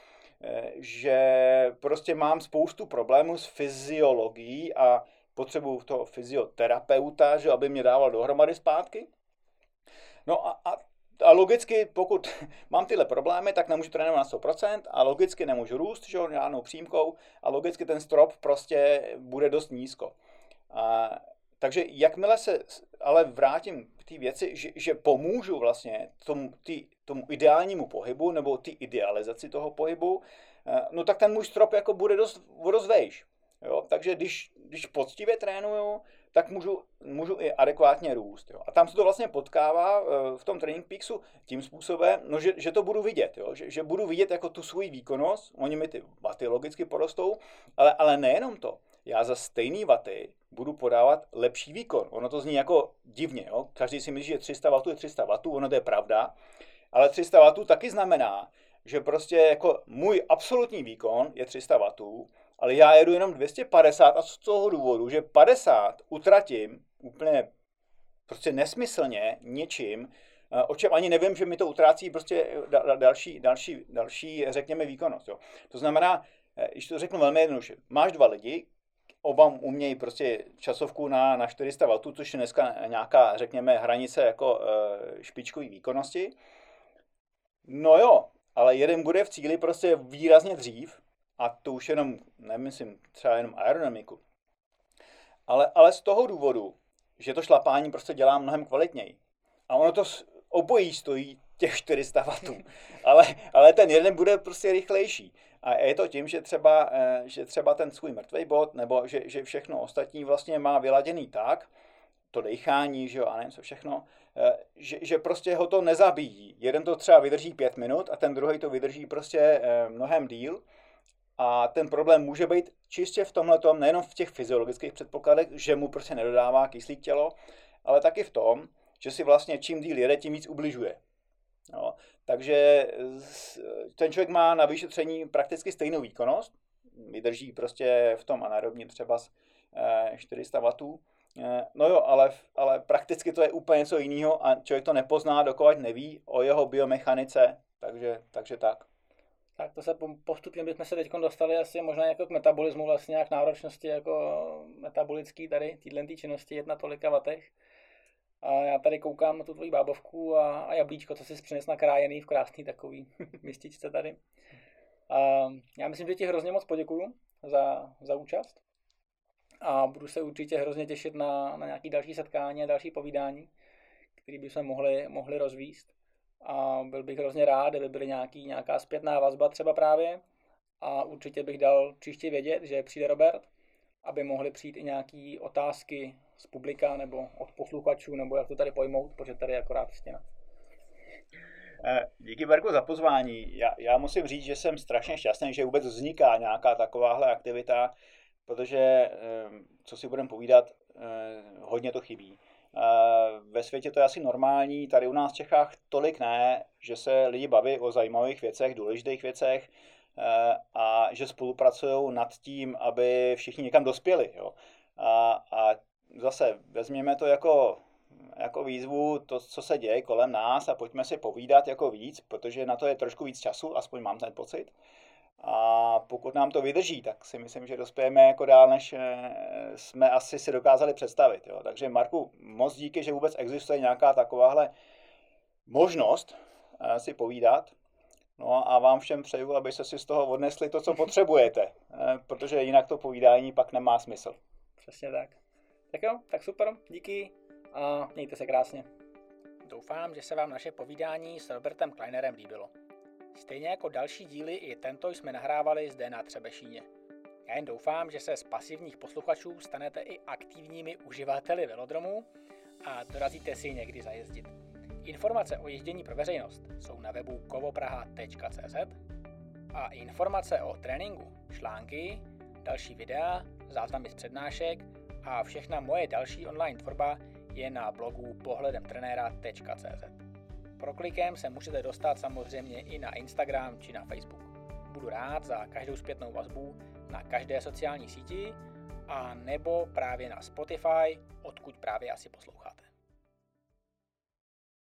že prostě mám spoustu problémů s fyziologií a potřebuju toho fyzioterapeuta, že aby mě dával dohromady zpátky. No a logicky, pokud mám tyhle problémy, tak nemůžu trénovat na 100% a logicky nemůžu růst, že žádnou přímkou a logicky ten strop prostě bude dost nízko. Takže jakmile se ale vrátím k té věci, že pomůžu vlastně tomu ideálnímu pohybu nebo té idealizaci toho pohybu, no tak ten můj strop jako bude dost vejš. Jo? Takže když poctivě trénuju, tak můžu i adekvátně růst. Jo? A tam se to vlastně potkává v tom Training Peaksu tím způsobem, no, že to budu vidět. Jo? Že budu vidět jako tu svou výkonnost, oni mi ty vaty logicky porostou, ale nejenom to. Já za stejný vaty budu podávat lepší výkon. Ono to zní jako divně. Jo? Každý si myslí, že 300 W je 300 W, ono to je pravda, ale 300 W taky znamená, že prostě jako můj absolutní výkon je 300 W, ale já jedu jenom 250 a z toho důvodu, že 50 utratím úplně prostě nesmyslně něčím, o čem ani nevím, že mi to utrácí prostě další řekněme výkonnost. Jo. To znamená, když to řeknu velmi jednoduše, máš dva lidi, oba umějí prostě časovku na 400 W, což je dneska nějaká, řekněme, hranice jako špičkové výkonnosti. No jo, ale jeden bude v cíli prostě výrazně dřív, a to už jenom, nemyslím třeba jenom aerodynamiku, ale z toho důvodu, že to šlapání prostě dělá mnohem kvalitněji. A ono to obojí stojí těch 400 W, ale ten jeden bude prostě rychlejší. A je to tím, že třeba ten svůj mrtvej bod, nebo že všechno ostatní vlastně má vyladěný tak, to dechání, že jo, a nevím co všechno, že prostě ho to nezabíjí. Jeden to třeba vydrží 5 minut a ten druhý to vydrží prostě mnohem díl. A ten problém může být čistě v tomhletom, nejenom v těch fyziologických předpokladech, že mu prostě nedodává kyslík tělo, ale taky v tom, že si vlastně čím díl jede, tím víc ubližuje. No, takže ten člověk má na vyšetření prakticky stejnou výkonnost, vydrží prostě v tom anaerobním třeba 400 W. No jo, ale prakticky to je úplně něco jiného a člověk to nepozná, dokud neví o jeho biomechanice, takže tak. Tak to se postupně bychom se teď dostali asi možná jako k metabolismu vlastně, jak náročnosti jako metabolický tady, týhle činnosti jet na tolika vatech. A já tady koukám na tu tvoji bábovku a jablíčko, co jsi přines nakrájený v krásný takový mističce tady. A já myslím, že ti hrozně moc poděkuju za účast. A budu se určitě hrozně těšit na nějaké další setkání a další povídání, které bychom mohli rozvíst. A byl bych hrozně rád, kdyby byly nějaká zpětná vazba třeba právě. A určitě bych dal příště vědět, že přijde Robert. aby mohly přijít i nějaké otázky z publika nebo od posluchačů, nebo jak to tady pojmout, protože tady je akorát stěna. Díky, Marku, za pozvání. Já musím říct, že jsem strašně šťastný, že vůbec vzniká nějaká takováhle aktivita, protože, co si budeme povídat, hodně to chybí. Ve světě to je asi normální, tady u nás v Čechách tolik ne, že se lidi baví o zajímavých věcech, důležitých věcech a že spolupracují nad tím, aby všichni někam dospěli. Jo. A zase vezměme to jako výzvu, to, co se děje kolem nás a pojďme si povídat jako víc, protože na to je trošku víc času, aspoň mám ten pocit. A pokud nám to vydrží, tak si myslím, že dospějeme jako dál, než jsme asi si dokázali představit. Jo. Takže Marku, moc díky, že vůbec existuje nějaká takováhle možnost si povídat. No a vám všem přeju, abyste si z toho odnesli to, co potřebujete, protože jinak to povídání pak nemá smysl. Přesně tak. Tak jo, tak super, díky a mějte se krásně. Doufám, že se vám naše povídání s Robertem Kleinerem líbilo. Stejně jako další díly, i tento jsme nahrávali zde na Třebešíně. Já jen doufám, že se z pasivních posluchačů stanete i aktivními uživateli velodromů a dorazíte si někdy zajezdit. Informace o ježdění pro veřejnost jsou na webu kovopraha.cz a informace o tréninku, články, další videa, záznamy z přednášek a všechna moje další online tvorba je na blogu pohledemtrenéra.cz. Proklikem se můžete dostat samozřejmě i na Instagram či na Facebook. Budu rád za každou zpětnou vazbu na každé sociální síti a nebo právě na Spotify, odkud právě asi posloucháte.